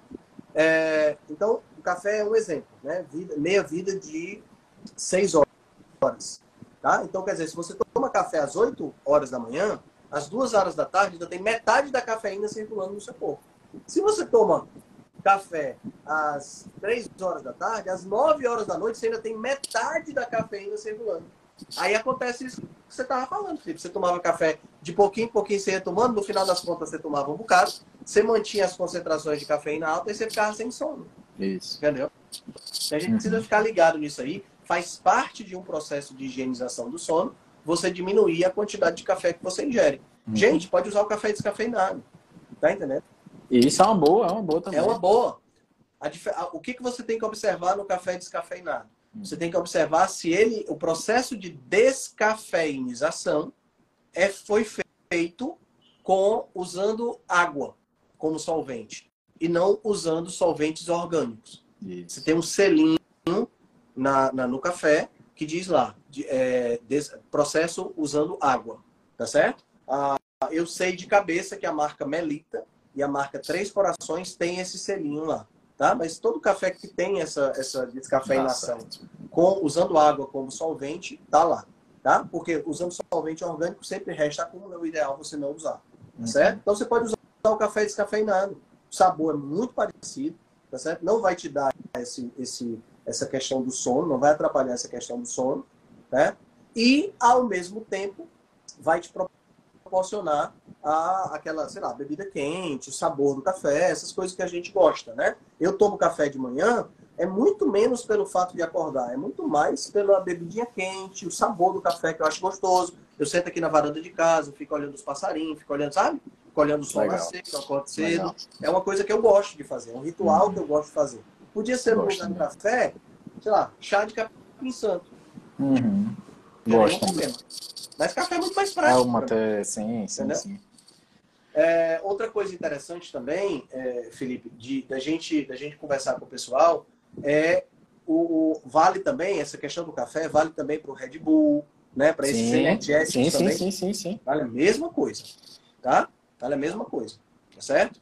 É, então, o café é um exemplo. Né? Vida, meia vida de seis horas. Tá? Então, quer dizer, se você toma café às oito horas da manhã, às duas horas da tarde, ainda tem metade da cafeína circulando no seu corpo. Se você toma café às três horas da tarde, às nove horas da noite, você ainda tem metade da cafeína circulando. Aí acontece isso que você estava falando, Felipe. Você tomava café de pouquinho em pouquinho, você ia tomando, no final das contas você tomava um bocado, você mantinha as concentrações de cafeína alta e você ficava sem sono.
Isso.
Entendeu? Então a gente precisa ficar ligado nisso aí. Faz parte de um processo de higienização do sono, você diminuir a quantidade de café que você ingere. Uhum. Gente, pode usar o café descafeinado. Tá entendendo?
E isso é uma boa, é uma boa também.
É uma boa. A dif... O que, que você tem que observar no café descafeinado? Hum. Você tem que observar se ele, o processo de descafeinização é, foi feito com, usando água como solvente e não usando solventes orgânicos. Isso. Você tem um selinho na, na, no café que diz lá, de, é, des... processo usando água. Tá certo? Ah, eu sei de cabeça que a marca Melita e a marca Três Corações tem esse selinho lá, tá? Mas todo café que tem essa, essa descafeinação com, usando água como solvente, tá lá. Tá? Porque usando solvente orgânico sempre resta acúmulo, é o ideal você não usar. Tá certo? Então você pode usar o café descafeinado. O sabor é muito parecido, tá certo? Não vai te dar esse, esse, essa questão do sono, não vai atrapalhar essa questão do sono, né? E, ao mesmo tempo, vai te proporcionar a, aquela, sei lá, bebida quente, o sabor do café, essas coisas que a gente gosta, né? Eu tomo café de manhã, é muito menos pelo fato de acordar, é muito mais pela bebidinha quente, o sabor do café que eu acho gostoso. Eu sento aqui na varanda de casa, fico olhando os passarinhos, fico olhando, sabe? Fico olhando o sol nascer, eu acordo cedo. Legal. É uma coisa que eu gosto de fazer, é um ritual uhum. que eu gosto de fazer. Podia ser no lugar do café, sei lá, chá de capim santo.
Uhum. Gosto.
Mas café é muito mais prático.
É uma até... Sim, sim, sim.
É, outra coisa interessante também, é, Felipe, de, da, gente, da gente conversar com o pessoal, é o, o vale também, essa questão do café, vale também para o Red Bull, né? Para esses energéticos
sim,
também.
Sim, sim, sim, sim.
Vale a mesma coisa, tá? Vale a mesma coisa, tá certo?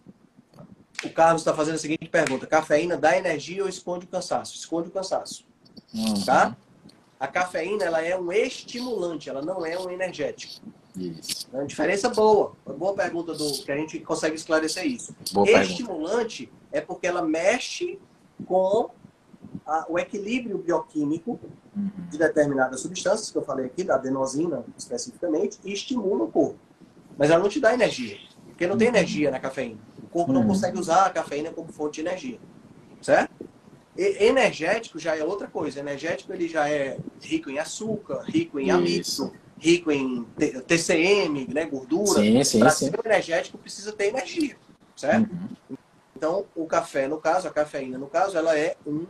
O Carlos está fazendo a seguinte pergunta: cafeína dá energia ou esconde o cansaço? Esconde o cansaço, uhum. tá? A cafeína, ela é um estimulante, ela não é um energético.
Isso.
É uma diferença boa. Uma boa pergunta do que a gente consegue esclarecer isso.
Boa
Estimulante pergunta. É porque ela mexe com a, o equilíbrio bioquímico uhum. de determinadas substâncias, que eu falei aqui, da adenosina especificamente, e estimula o corpo. Mas ela não te dá energia. Porque não tem uhum. energia na cafeína. O corpo uhum. não consegue usar a cafeína como fonte de energia. Certo? E energético já é outra coisa. Energético ele já é rico em açúcar, rico em amido, rico em T C M, né, gordura.
Sim, sim,
Para
sim.
ser energético precisa ter energia, certo? Uhum. Então, o café, no caso, a cafeína, no caso, ela é um...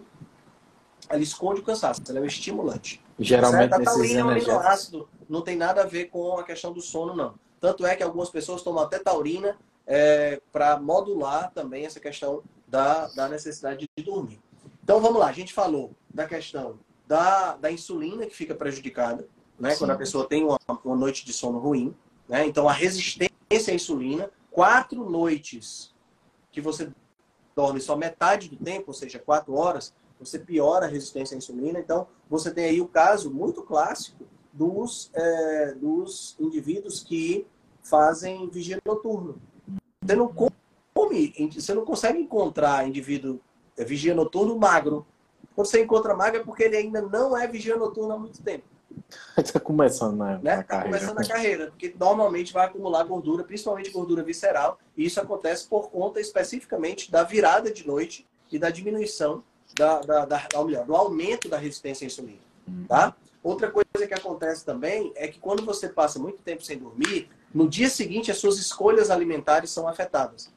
Ela esconde o cansaço, ela é um estimulante.
Geralmente,
certo? A taurina é um aminoácido, não tem nada a ver com a questão do sono, não. Tanto é que algumas pessoas tomam até taurina é, para modular também essa questão da, da necessidade de dormir. Então, vamos lá. A gente falou da questão da, da insulina, que fica prejudicada, né? Quando a pessoa tem uma, uma noite de sono ruim, né? Então, a resistência à insulina, quatro noites que você dorme só metade do tempo, ou seja, quatro horas, você piora a resistência à insulina. Então, você tem aí o caso muito clássico dos, é, dos indivíduos que fazem vigia noturno. Você não come, você não consegue encontrar indivíduo é, vigia noturno magro. Quando você encontra magro é porque ele ainda não é vigia noturno há muito tempo.
Está começando, né?
né?
Na
Tá
carreira.
começando a carreira, porque normalmente vai acumular gordura, principalmente gordura visceral, e isso acontece por conta especificamente da virada de noite e da diminuição, da, da, da, ou melhor, do aumento da resistência à insulina. Tá? Outra coisa que acontece também é que quando você passa muito tempo sem dormir, no dia seguinte as suas escolhas alimentares são afetadas.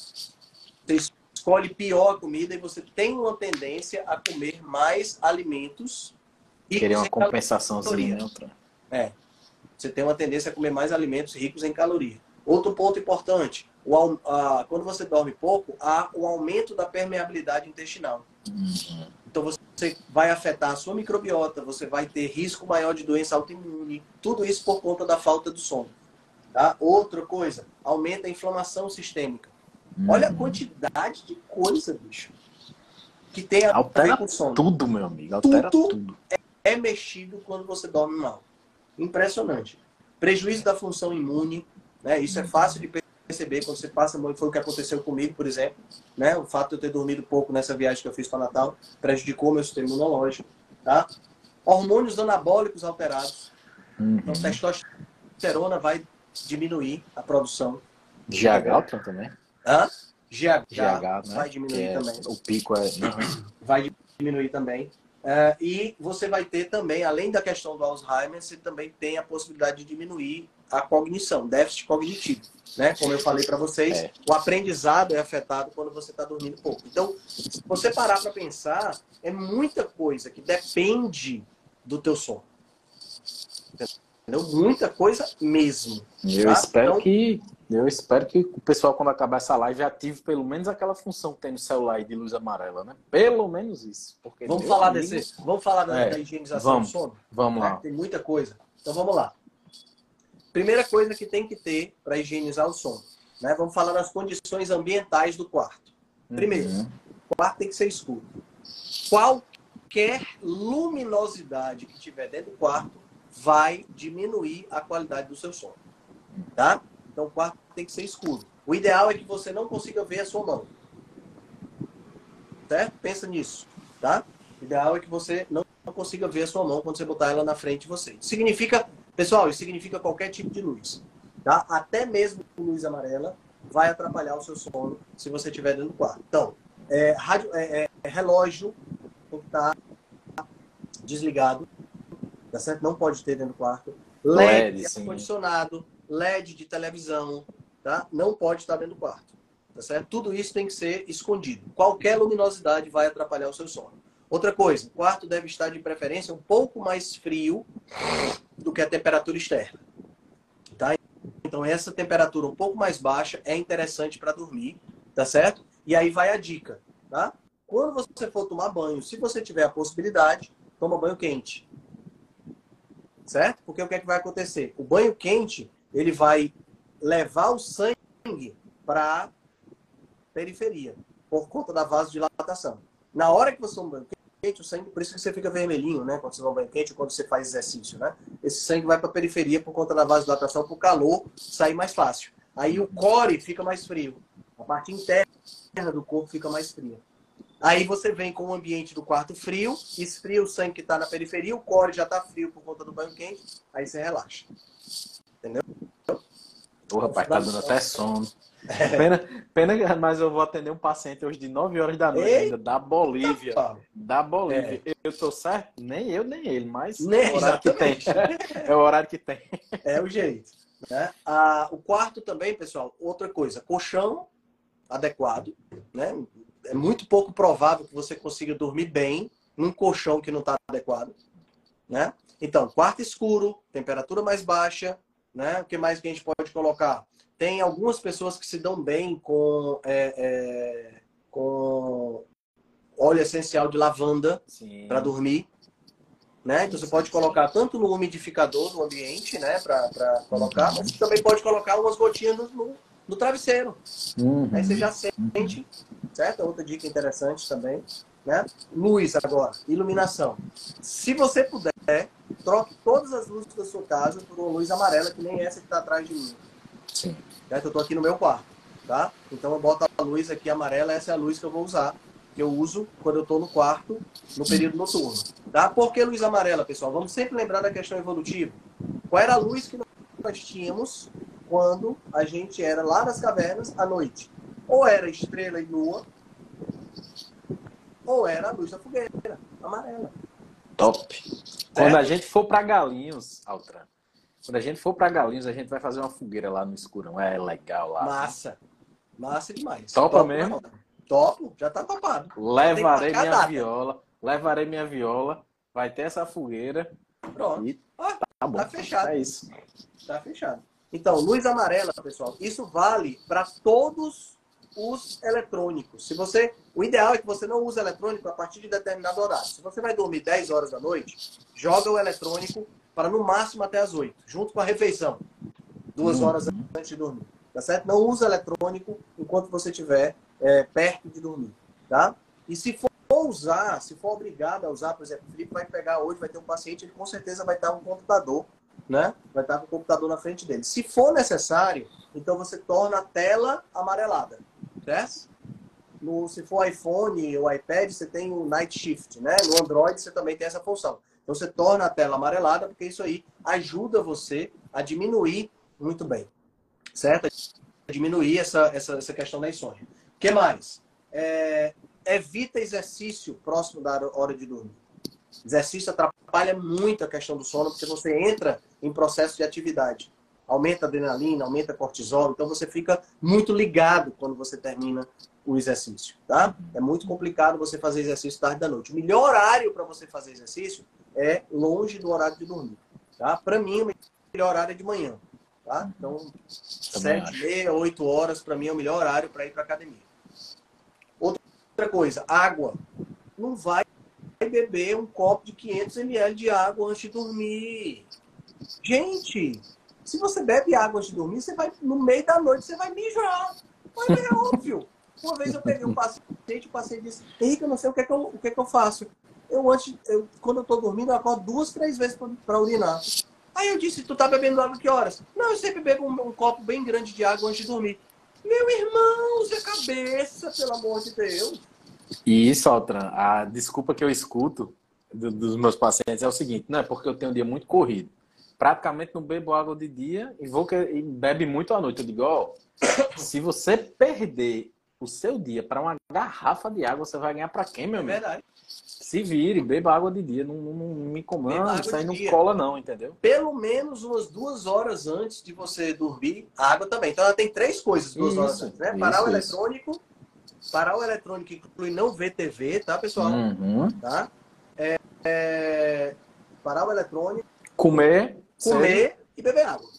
Você escolhe pior a comida e você tem uma tendência a comer mais alimentos.
Querer uma compensaçãozinha, né?
É. Você tem uma tendência a comer mais alimentos ricos em caloria. Outro ponto importante, o, a, quando você dorme pouco, há o aumento da permeabilidade intestinal. Uhum. Então você vai afetar a sua microbiota, você vai ter risco maior de doença autoimune, tudo isso por conta da falta do sono. Tá? Outra coisa, aumenta a inflamação sistêmica. Uhum. Olha a quantidade de coisa, bicho, que tem a
altera
ver com o sono.
Tudo, meu amigo, altera
tudo.
tudo.
É mexido quando você dorme mal. Impressionante. Prejuízo da função imune, né? Isso é fácil de perceber quando você passa muito. Foi o que aconteceu comigo, por exemplo. Né? O fato de eu ter dormido pouco nessa viagem que eu fiz para Natal prejudicou meu sistema imunológico. Tá? Hormônios anabólicos alterados. Uhum. Então, testosterona vai diminuir a produção.
G H também.
Hã? G H,
G H, né?
vai diminuir
é,
também.
O pico é... Uhum.
Vai diminuir também. Uh, e você vai ter também, além da questão do Alzheimer, você também tem a possibilidade de diminuir a cognição, déficit cognitivo. Né? Como eu falei para vocês, é. o aprendizado é afetado quando você está dormindo pouco. Então, se você parar para pensar, é muita coisa que depende do teu sono. Entendeu? Muita coisa mesmo.
Eu
tá?
espero
então,
que... Eu espero que o pessoal, quando acabar essa live, ative pelo menos aquela função que tem no celular aí de luz amarela, né? Pelo menos isso. Porque
vamos, falar
amigo...
desse, vamos falar da,
é,
da higienização
vamos,
do sono?
Vamos
né?
lá.
Tem muita coisa. Então vamos lá. Primeira coisa que tem que ter para higienizar o sono. Né? Vamos falar das condições ambientais do quarto. Primeiro, uhum. o quarto tem que ser escuro. Qualquer qualquer luminosidade que tiver dentro do quarto vai diminuir a qualidade do seu sono, tá? Então o quarto tem que ser escuro. O ideal é que você não consiga ver a sua mão, certo? Pensa nisso, tá? O ideal é que você não consiga ver a sua mão quando você botar ela na frente de você. Isso significa, pessoal, isso significa qualquer tipo de luz, tá? Até mesmo luz amarela vai atrapalhar o seu sono se você estiver dentro do quarto. Então, é, rádio, é, é, relógio tem que estar desligado, tá certo? Não pode ter dentro do quarto. L E D, ar-condicionado, L E D de televisão, tá? Não pode estar dentro do quarto, tá certo? Tudo isso tem que ser escondido. Qualquer luminosidade vai atrapalhar o seu sono. Outra coisa, o quarto deve estar de preferência um pouco mais frio do que a temperatura externa, tá? Então essa temperatura um pouco mais baixa é interessante para dormir, tá certo? E aí vai a dica, tá? Quando você for tomar banho, se você tiver a possibilidade, toma banho quente, certo? Porque o que é que vai acontecer? O banho quente, ele vai levar o sangue para a periferia, por conta da vasodilatação. Na hora que você toma banho quente, o sangue, por isso que você fica vermelhinho, né? Quando você toma banho quente ou quando você faz exercício, né? Esse sangue vai para a periferia por conta da vasodilatação, para o calor sair mais fácil. Aí o core fica mais frio. A parte interna do corpo fica mais fria. Aí você vem com o ambiente do quarto frio, esfria o sangue que está na periferia, o core já está frio por conta do banho quente, aí você relaxa. Entendeu?
Ô, rapaz, tá dando até sono. Pena, pena, mas eu vou atender um paciente hoje de nove horas da noite, ainda, da Bolívia. Da Bolívia. É. Eu tô certo? Nem eu, nem ele, mas
nem,
é o horário que tem. É o horário que tem.
É o jeito. Né? Ah, o quarto também, pessoal, outra coisa, colchão adequado, né? É muito pouco provável que você consiga dormir bem num colchão que não está adequado, né? Então, quarto escuro, temperatura mais baixa, né? O que mais que a gente pode colocar? Tem algumas pessoas que se dão bem com, é, é, com óleo essencial de lavanda para dormir, né? Então você pode colocar tanto no umidificador do ambiente, né? Para colocar, mas você também pode colocar umas gotinhas no, no, no travesseiro. Uhum. Aí você já sente, certo? Outra dica interessante também, né? Luz agora, iluminação. Se você puder, troque todas as luzes da sua casa por uma luz amarela, que nem essa que está atrás de mim. Sim. Certo? Eu estou aqui no meu quarto, tá? Então eu boto a luz aqui amarela, essa é a luz que eu vou usar, que eu uso quando eu estou no quarto, no período noturno. Tá? Por que luz amarela, pessoal? Vamos sempre lembrar da questão evolutiva. Qual era a luz que nós tínhamos quando a gente era lá nas cavernas à noite? Ou era estrela e lua, ou era a luz da fogueira, amarela.
Top! Certo? Quando a gente for para Galinhos, Altran, quando a gente for para Galinhos, a gente vai fazer uma fogueira lá no escurão. É legal lá.
Massa. Massa demais.
Topa Top mesmo?
Topo, já tá topado.
Levarei minha data. viola, levarei minha viola, vai ter essa fogueira.
Pronto.
E...
Ah,
tá bom.
Tá fechado.
É isso.
Tá fechado. Então, luz amarela, pessoal, isso vale para todos os eletrônicos. Se você, o ideal é que você não use eletrônico a partir de determinado horário. Se você vai dormir dez horas da noite, joga o eletrônico para no máximo até as oito, junto com a refeição. Duas
Uhum.
horas antes de dormir. Tá certo? Não use eletrônico enquanto você estiver é, perto de dormir. Tá? E se for usar, se for obrigado a usar, por exemplo, o Felipe vai pegar hoje, vai ter um paciente, ele com certeza vai estar com um computador, né? Vai estar com o computador na frente dele. Se for necessário, então você torna a tela amarelada. Certo? No, se for iPhone ou iPad, você tem o Night Shift, né? No Android você também tem essa função. Então você torna a tela amarelada, porque isso aí ajuda você a diminuir muito bem, certo? A diminuir essa, essa, essa questão da insônia. O que mais? É, evita exercício próximo da hora de dormir. Exercício atrapalha muito a questão do sono, porque você entra em processo de atividade. Aumenta a adrenalina, aumenta a cortisol, então você fica muito ligado quando você termina o exercício, tá? É muito complicado você fazer exercício tarde da noite. O melhor horário para você fazer exercício é longe do horário de dormir, tá? Para mim, o melhor horário é de manhã, tá? Então, sete e meia, oito horas, para mim é o melhor horário para ir para academia. Outra coisa, água. Não vai beber um copo de quinhentos mililitros de água antes de dormir. Gente, se você bebe água antes de dormir, você vai, no meio da noite você vai mijar. Mas é óbvio. Uma vez eu peguei um paciente, o paciente disse, Henrique, eu não sei o que, é que, eu, o que, é que eu faço. eu antes, eu, quando eu tô dormindo, eu acordo duas, três vezes para urinar. Aí eu disse, tu tá bebendo água que horas? Não, eu sempre bebo um, um copo bem grande de água antes de dormir. Meu irmão, Zé Cabeça, pelo amor de Deus.
E isso, Altran, a desculpa que eu escuto do, dos meus pacientes é o seguinte, não é porque eu tenho um dia muito corrido. Praticamente não bebo água de dia e, vou que, e bebe muito à noite. Eu digo, ó, se você perder o seu dia para uma garrafa de água, você vai ganhar para quem, meu amigo?
É verdade.
Se vire, beba água de dia. Não, não, não me comanda, isso aí não
dia.
cola não, entendeu?
Pelo menos umas duas horas antes de você dormir, a água também. Então ela tem três coisas, duas
Isso,
horas antes, né?
isso,
Parar o
isso.
eletrônico, parar o eletrônico inclui não ver T V, tá, pessoal?
Uhum.
Tá? É, é, parar o eletrônico,
Comer,
comer
cedo.
E beber água.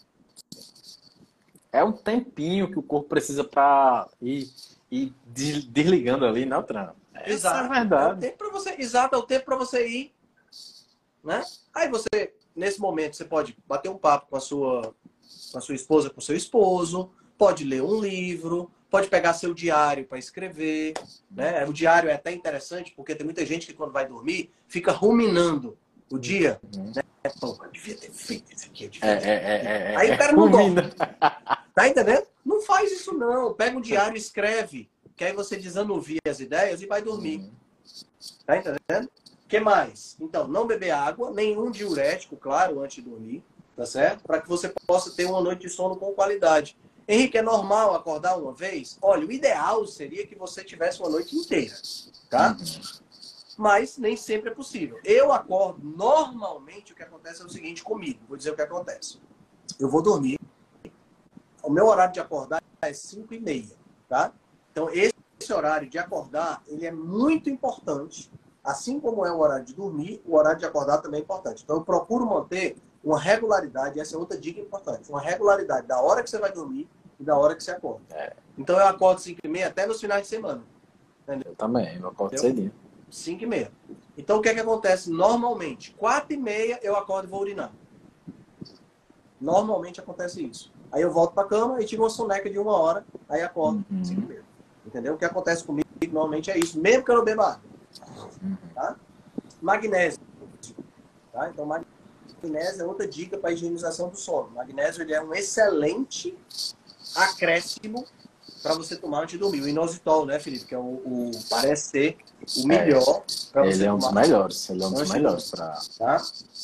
É um tempinho que o corpo precisa para ir, ir desligando ali, não, Tran?
Exato.
Essa é a verdade.
É o tempo para você, exato, é o tempo para você ir, né? Aí você, nesse momento, você pode bater um papo com a sua, com a sua esposa, com o seu esposo, pode ler um livro, pode pegar seu diário para escrever, né? O diário é até interessante porque tem muita gente que quando vai dormir fica ruminando o dia,
Uhum.
né? Pô, eu devia ter feito isso aqui, eu devia
É,
ter
é, é, é,
Aí
é,
o cara não
rumina.
dorme. Tá entendendo? Não faz isso não. Pega um diário e escreve. Que aí você desanuvia as ideias e vai dormir.
Uhum.
Tá entendendo? O que mais? Então, não beber água, nenhum diurético, claro, antes de dormir. Tá certo? Para que você possa ter uma noite de sono com qualidade. Henrique, é normal acordar uma vez? Olha, o ideal seria que você tivesse uma noite inteira. Tá?
Uhum.
Mas nem sempre é possível. Eu acordo, normalmente o que acontece é o seguinte comigo. Vou dizer o que acontece. Eu vou dormir. O meu horário de acordar é cinco e meia, tá? Então, esse horário de acordar, ele é muito importante. Assim como é o horário de dormir, o horário de acordar também é importante. Então, eu procuro manter uma regularidade, essa é outra dica importante, uma regularidade da hora que você vai dormir e da hora que você acorda.
É.
Então, eu acordo cinco e meia até nos finais de semana. Entendeu?
Eu também, eu acordo
Entendeu?
cedinho.
cinco e meia. Então, o que é que acontece normalmente? quatro e meia eu acordo e vou urinar. Normalmente acontece isso. Aí eu volto pra cama e tiro uma soneca de uma hora, aí acordo
Uhum.
cinco e meia. Entendeu? O que acontece comigo normalmente é isso, mesmo que eu não beba água. Tá? Magnésio. Tá? Então, magnésio é outra dica para higienização do sono. Magnésio ele é um excelente acréscimo para você tomar antes de dormir. O inositol, né, Felipe? Que é o, o parece ser o melhor
É,
para você
ele é um dos
tomar.
melhores. Ele é um dos
antes de
melhores
dormir.
para.
Tá?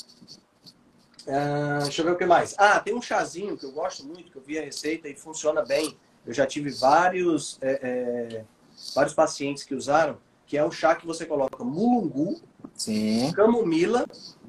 Ah, deixa eu ver o que mais. Ah, tem um chazinho que eu gosto muito, que eu vi a receita e funciona bem. Eu já tive vários, é, é, vários pacientes que usaram, que é um chá que você coloca mulungu,
Sim.
camomila,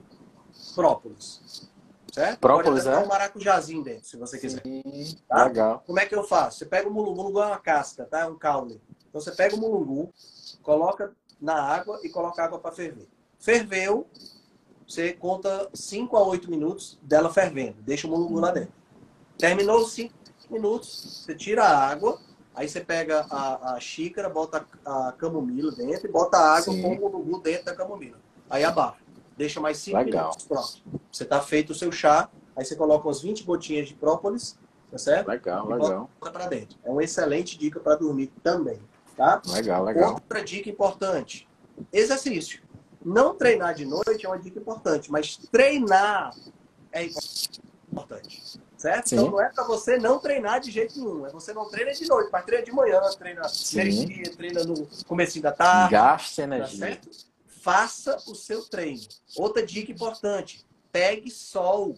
própolis. Certo?
Própolis,
Pode até
é?
um maracujazinho dentro, se você quiser.
Sim.
Tá?
Legal.
Como é que eu faço? Você pega o mulungu, mulungu é uma casca, tá? É um caule. Então você pega o mulungu, coloca na água e coloca água para ferver. Ferveu, você conta cinco a oito minutos dela fervendo. Deixa o mulungu lá dentro. Terminou os cinco minutos, você tira a água, aí você pega a, a xícara, bota a camomila dentro e bota a água
Sim.
com o mulungu dentro da camomila. Aí abafa. Deixa mais cinco
Legal.
minutos, pronto. Você tá feito o seu chá, aí você coloca umas vinte gotinhas de própolis, tá certo?
Legal,
E
legal.
bota pra dentro. É uma excelente dica para dormir também, tá?
Legal, legal.
Outra dica importante, exercício. Não treinar de noite é uma dica importante, mas treinar é importante, certo?
Sim.
Então não é para você não treinar de jeito nenhum, é você não treina de noite, mas treina de manhã, treina
Sim.
meio-dia, treina no comecinho da tarde,
Gaste
tá
energia.
certo? Faça o seu treino. Outra dica importante, pegue sol.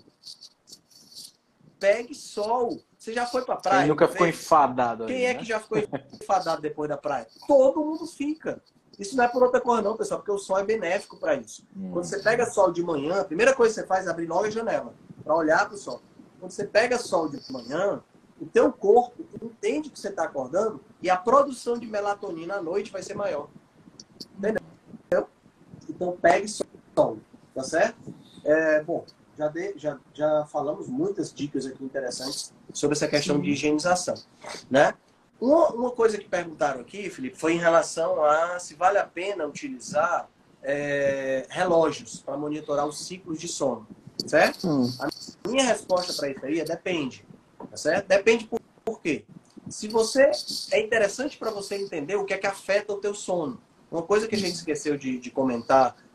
Pegue sol. Você já foi pra praia?
Quem nunca
uma
ficou
vez?
enfadado aí,
Quem é
né?
que já ficou enfadado depois da praia? Todo mundo fica. Isso não é por outra coisa não, pessoal, porque o sol é benéfico para isso.
Hum.
Quando você pega sol de manhã, a primeira coisa que você faz é abrir logo a janela para olhar para o sol. Quando você pega sol de manhã, o teu corpo entende que você está acordando e a produção de melatonina à noite vai ser maior. Entendeu? Então pegue sol, tá certo? É, bom, já, de, já, já falamos muitas dicas aqui interessantes sobre essa questão
Sim.
de higienização, né? Uma, uma coisa que perguntaram aqui, Felipe, foi em relação a se vale a pena utilizar é, relógios para monitorar os ciclos de sono, certo?
Hum.
A minha resposta para isso aí é depende, tá certo? Depende por, por quê? Se você, é interessante para você entender o que é que afeta o teu sono. Uma coisa que a gente esqueceu de, de comentar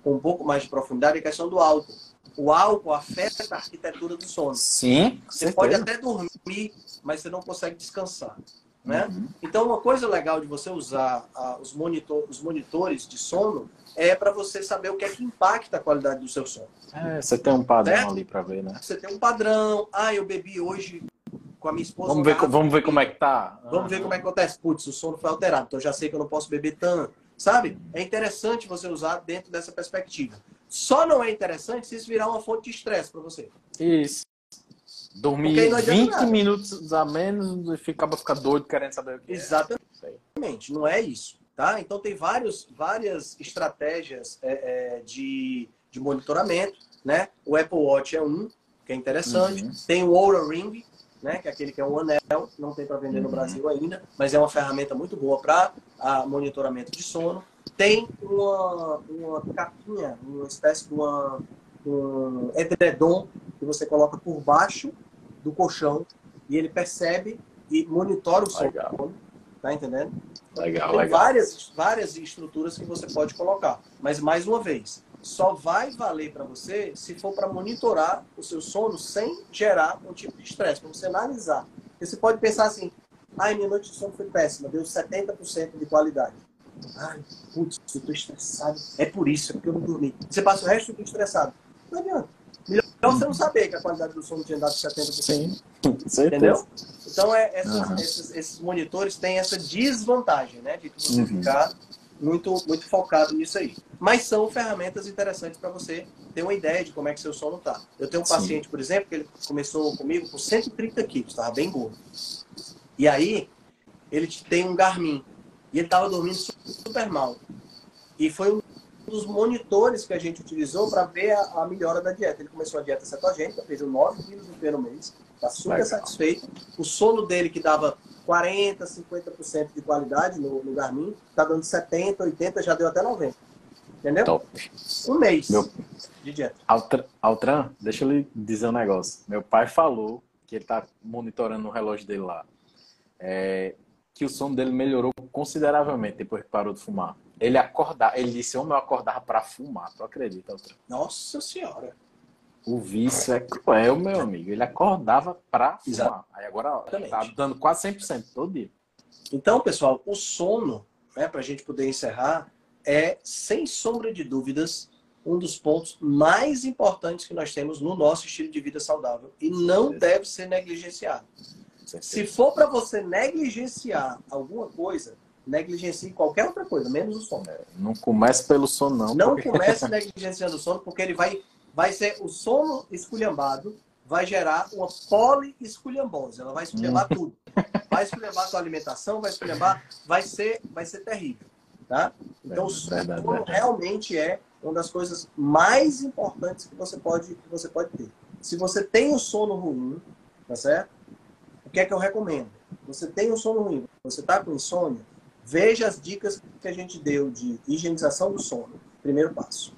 com um pouco mais de profundidade é a questão do álcool. O álcool afeta a arquitetura do sono.
Sim,
você pode até dormir, mas você não consegue descansar. Né? Uhum. Então, uma coisa legal de você usar uh, os, monitor, os monitores de sono é para você saber o que é que impacta a qualidade do seu sono.
É, você tem um padrão, certo? Ali para ver, né?
Você tem um padrão. Ah, eu bebi hoje com a minha esposa.
Vamos ver, vamos ver como é que tá.
Vamos ver como é que acontece. Putz, o sono foi alterado, então eu já sei que eu não posso beber tanto. Sabe? É interessante você usar dentro dessa perspectiva. Só não é interessante se isso virar uma fonte de estresse para você.
Isso. Dormir vinte minutos a menos e acaba ficar doido querendo saber o que é.
Exatamente. Não é isso. Tá? Então tem vários, várias estratégias é, é, de, de monitoramento. Né? O Apple Watch é um, que é interessante. Uhum. Tem o Oura Ring, né? Que é aquele que é um anel, não tem para vender uhum. no Brasil ainda, mas é uma ferramenta muito boa para monitoramento de sono. Tem uma, uma capinha, uma espécie de uma, um edredom que você coloca por baixo do colchão e ele percebe e monitora o sono.
Legal.
Tá entendendo?
Legal,
Tem
legal.
Várias, várias estruturas que você pode colocar. Mas, mais uma vez, só vai valer para você se for para monitorar o seu sono sem gerar um tipo de estresse, para você analisar. Porque você pode pensar assim, ai, minha noite de sono foi péssima, deu setenta por cento de qualidade. Ai, putz, eu tô estressado. É por isso, é porque eu não dormi. Você passa o resto do dia estressado. Não adianta. Melhor você não saber que a qualidade do sono tinha dado setenta por cento.
Sim,
entendeu? Então, é, essas,
uhum.
esses, esses monitores têm essa desvantagem, né? De você
uhum.
ficar muito, muito focado nisso aí. Mas são ferramentas interessantes para você ter uma ideia de como é que seu sono tá. Eu tenho um Sim. paciente, por exemplo, que ele começou comigo com cento e trinta quilos, estava bem gordo. E aí, ele tem um Garmin. E ele estava dormindo super mal. E foi um dos monitores que a gente utilizou para ver a, a melhora da dieta. Ele começou a dieta cetogênica, fez nove quilos de peso no mês, está super Legal. satisfeito. O sono dele, que dava quarenta, cinquenta por cento de qualidade no, no Garmin, está dando setenta, oitenta, já deu até noventa. Entendeu?
Top.
Um mês
Meu...
de dieta.
Altran, Altran, deixa eu lhe dizer um negócio. Meu pai falou que ele está monitorando o relógio dele lá. É... que o sono dele melhorou consideravelmente depois que parou de fumar. Ele acordava, ele disse, eu não acordava para fumar, tu acredita, Altran?
Nossa Senhora!
O vício é cruel, meu amigo. Ele acordava para fumar.
Exato.
Aí agora está dando quase cem por cento todo dia.
Então, pessoal, o sono, né, para a gente poder encerrar, é, sem sombra de dúvidas, um dos pontos mais importantes que nós temos no nosso estilo de vida saudável. E não deve ser negligenciado. Se for para você negligenciar alguma coisa, negligencie qualquer outra coisa, menos o sono.
Não comece pelo sono, não.
Não
porque...
comece negligenciando o sono, porque ele vai, vai ser o sono esculhambado, vai gerar uma poli-esculhambose. Ela vai esculhambar hum. tudo. Vai esculhambar a sua alimentação, vai esculhambar, vai ser, vai ser terrível. Tá? Então, é, o sono é verdade, verdade. realmente é uma das coisas mais importantes que você pode, que você pode ter. Se você tem o sono ruim, tá certo? O que é que eu recomendo? Você tem um sono ruim, você está com insônia, veja as dicas que a gente deu de higienização do sono. Primeiro passo.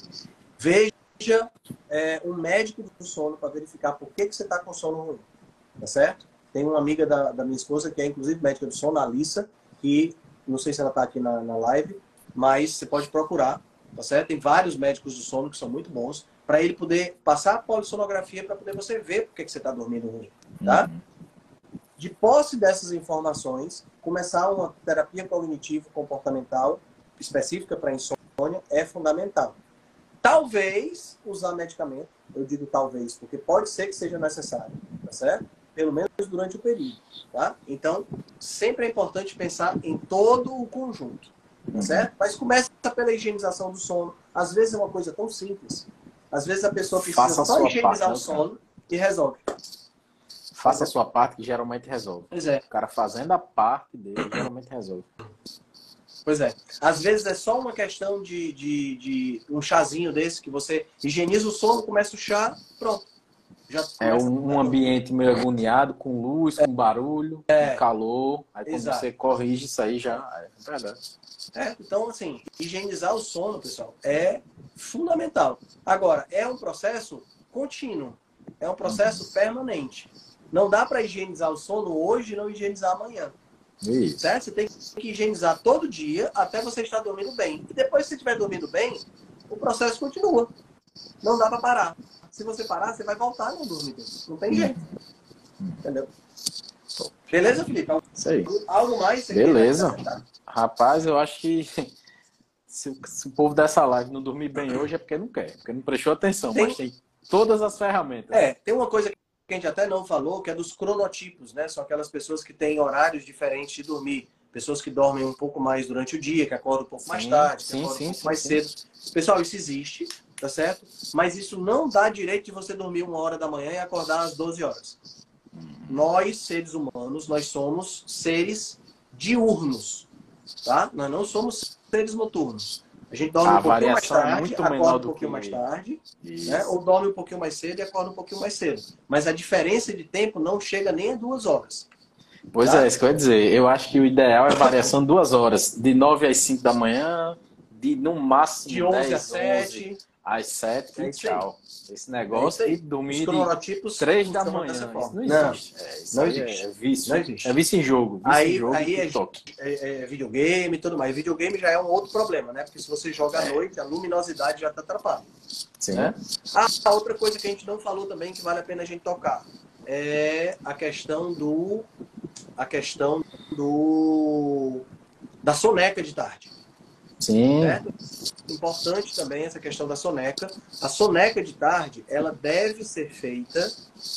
Veja é, um médico do sono para verificar por que, que você está com sono ruim. Tá certo? Tem uma amiga da, da minha esposa, que é inclusive médica do sono, a Alissa, que não sei se ela está aqui na, na live, mas você pode procurar. Tá certo? Tem vários médicos do sono que são muito bons para ele poder passar a polissonografia para poder você ver por que, que você está dormindo ruim. Tá? Uhum. De posse dessas informações, começar uma terapia cognitivo-comportamental específica para insônia é fundamental. Talvez usar medicamento, eu digo talvez, porque pode ser que seja necessário, tá certo? Pelo menos durante o período, tá? Então, sempre é importante pensar em todo o conjunto, tá certo? Mas começa pela higienização do sono. Às vezes é uma coisa tão simples. Às vezes a pessoa precisa
Faça
só
parte,
higienizar o sono e resolve.
Faça a sua parte que geralmente resolve.
Pois é.
O cara fazendo a parte dele, geralmente resolve.
Pois é. Às vezes é só uma questão de, de, de um chazinho desse, que você higieniza o sono, começa o chá, pronto. Já
é um, um ambiente meio agoniado, com luz, é. com barulho, é. com calor. Aí quando Exato. você corrige isso aí já é verdade.
É, então, assim, higienizar o sono, pessoal, é fundamental. Agora, é um processo contínuo. É um processo uhum. permanente. Não dá para higienizar o sono hoje e não higienizar amanhã.
Isso.
Certo? Você tem que higienizar todo dia até você estar dormindo bem. E depois que você estiver dormindo bem, o processo continua. Não dá para parar. Se você parar, você vai voltar a não dormir. Não tem jeito. Entendeu? Beleza, Felipe?
Isso aí.
Algo mais? Você
Beleza. Rapaz, eu acho que se, se o povo dessa live não dormir bem hoje é porque não quer, porque não prestou atenção, tem... mas tem todas as ferramentas.
É, tem uma coisa que a gente até não falou, que é dos cronotipos, né? São aquelas pessoas que têm horários diferentes de dormir. Pessoas que dormem um pouco mais durante o dia, que acordam um pouco sim, mais tarde, que sim, acordam sim, um pouco sim, mais sim. cedo. Pessoal, isso existe, tá certo? Mas isso não dá direito de você dormir uma hora da manhã e acordar às doze horas. Nós, seres humanos, nós somos seres diurnos, tá? Nós não somos seres noturnos. A gente dorme a um pouquinho mais tarde, é muito acorda um pouquinho que... mais tarde, né? Ou dorme um pouquinho mais cedo e acorda um pouquinho mais cedo. Mas a diferença de tempo não chega nem a duas horas.
Pois tá? É, isso que eu ia dizer. Eu acho que o ideal é variação de duas horas. De nove às cinco da manhã, de no máximo
de onze às sete.
Às sete, é tchau. Esse negócio é e dormir
de
três da manhã. Isso não existe. Não, é, isso não existe. É vício. Não existe. É vício em jogo. Vício
aí
em jogo
aí é, é, é videogame e tudo mais. Videogame já é um outro problema, né? Porque se você joga à noite, a luminosidade já está atrapalhada.
Sim.
Né? Ah, a outra coisa que a gente não falou também, que vale a pena a gente tocar, é a questão do... a questão do... da soneca de tarde.
Sim.
Certo? Importante também essa questão da soneca. A soneca de tarde, ela deve ser feita,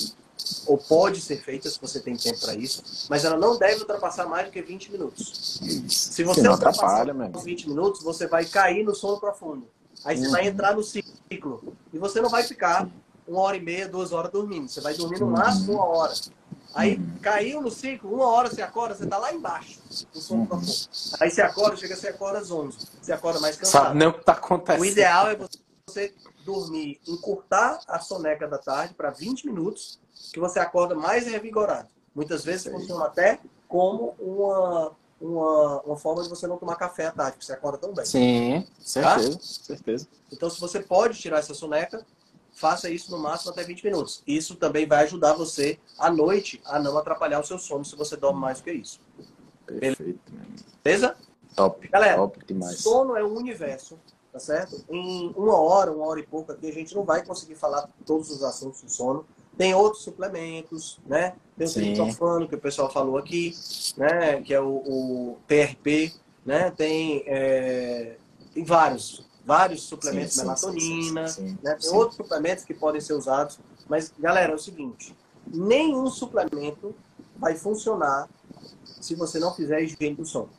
ou pode ser feita se você tem tempo para isso, mas ela não deve ultrapassar mais do que vinte minutos. Se você ultrapassar os vinte minutos, você vai cair no sono profundo. Aí você uhum. vai entrar no ciclo. E você não vai ficar uma hora e meia, duas horas dormindo. Você vai dormir no máximo uma hora. Aí caiu no ciclo, uma hora você acorda, você tá lá embaixo, no sono profundo. Aí você acorda, chega, você acorda às onze. Você acorda mais cansado.
Sabe nem o que tá acontecendo.
O ideal é você dormir, encurtar a soneca da tarde para vinte minutos, que você acorda mais revigorado. Muitas vezes funciona até como uma, uma, uma forma de você não tomar café à tarde, porque você acorda tão bem.
Sim, certeza, tá? certeza.
Então, se você pode tirar essa soneca, faça isso no máximo até vinte minutos. Isso também vai ajudar você, à noite, a não atrapalhar o seu sono se você dorme mais do que isso.
Perfeito.
Beleza?
Top.
Galera,
top demais.
Sono é um universo, tá certo? Em uma hora, uma hora e pouco aqui, a gente não vai conseguir falar todos os assuntos do sono. Tem outros suplementos, né? Tem o triptofano, que o pessoal falou aqui, né? Que é o, o T R P, né? Tem, é... tem vários... vários suplementos de melatonina, sim, sim, sim, né? Tem sim. outros suplementos que podem ser usados. Mas, galera, é o seguinte, nenhum suplemento vai funcionar se você não fizer a higiene do sono.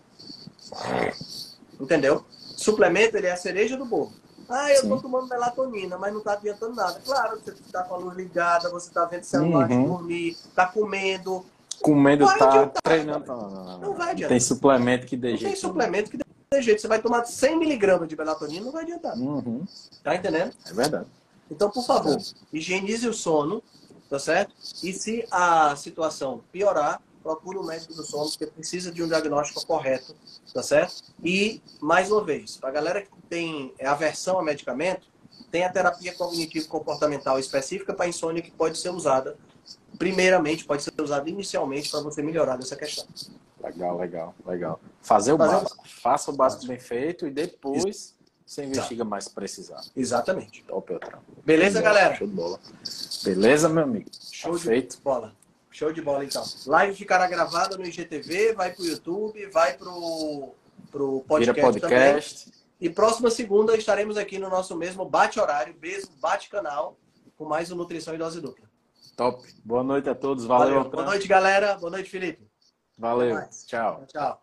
Entendeu? Suplemento, ele é a cereja do bolo. Ah, eu estou tomando melatonina, mas não está adiantando nada. Claro, você está com a luz ligada, você está vendo celular uhum. de dormir, está comendo.
Comendo, está treinando.
Não, não vai adiantar.
Tem suplemento que dê jeito.
Tem suplemento que dê jeito. Você vai tomar cem miligramas de melatonina, não vai adiantar.
Uhum.
Tá entendendo?
É verdade.
Então, por favor, higienize o sono, tá certo? E se a situação piorar, procure um médico do sono, porque precisa de um diagnóstico correto, tá certo? E, mais uma vez, para a galera que tem aversão a medicamento, tem a terapia cognitivo-comportamental específica para insônia que pode ser usada, primeiramente, pode ser usada inicialmente para você melhorar dessa questão.
Legal, legal, legal. Fazer o
Fazer
básico. O Faça o básico bem feito e depois Isso. você investiga tá. mais se precisar.
Exatamente.
Top, Beltrão.
Beleza,
bola,
galera?
Show de bola. Beleza, meu amigo?
Show
tá
de
feito.
bola. Show de bola, então. Live ficará gravada no I G T V, vai pro YouTube, vai pro, pro podcast,
Vira podcast
também. E próxima segunda estaremos aqui no nosso mesmo bate-horário, mesmo bate-canal, com mais um Nutrição em Dose Dupla.
Top. Boa noite a todos. Valeu. Valeu.
Boa noite, galera. Boa noite, Felipe.
Valeu. Tchau.
Tchau.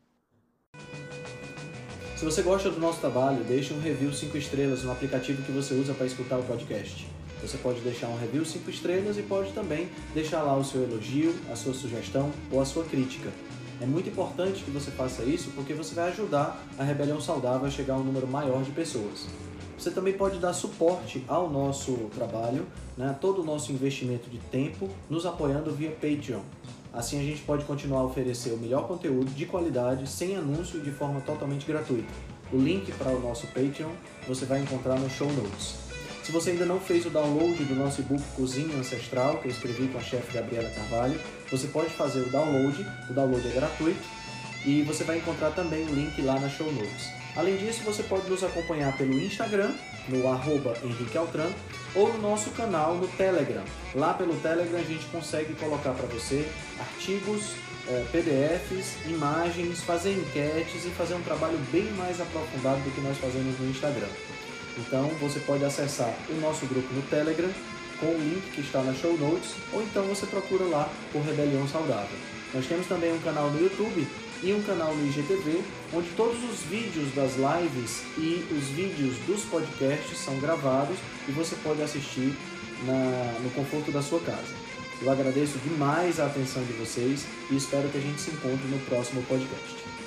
Se você gosta do nosso trabalho, deixe um review cinco estrelas no aplicativo que você usa para escutar o podcast. Você pode deixar um review cinco estrelas e pode também deixar lá o seu elogio, a sua sugestão ou a sua crítica. É muito importante que você faça isso porque você vai ajudar a Rebelião Saudável a chegar a um número maior de pessoas. Você também pode dar suporte ao nosso trabalho, né, todo o nosso investimento de tempo, nos apoiando via Patreon. Assim a gente pode continuar a oferecer o melhor conteúdo de qualidade, sem anúncio e de forma totalmente gratuita. O link para o nosso Patreon você vai encontrar no show notes. Se você ainda não fez o download do nosso e-book Cozinha Ancestral, que eu escrevi com a chefe Gabriela Carvalho, você pode fazer o download, o download é gratuito, e você vai encontrar também o link lá na show notes. Além disso, você pode nos acompanhar pelo Instagram, no arroba Henrique Altran, ou no nosso canal no Telegram. Lá pelo Telegram a gente consegue colocar para você artigos, eh, P D Fs, imagens, fazer enquetes e fazer um trabalho bem mais aprofundado do que nós fazemos no Instagram. Então você pode acessar o nosso grupo no Telegram com o link que está nas show notes, ou então você procura lá por Rebelião Saudável. Nós temos também um canal no YouTube e um canal no I G T V, onde todos os vídeos das lives e os vídeos dos podcasts são gravados e você pode assistir na, no conforto da sua casa. Eu agradeço demais a atenção de vocês e espero que a gente se encontre no próximo podcast.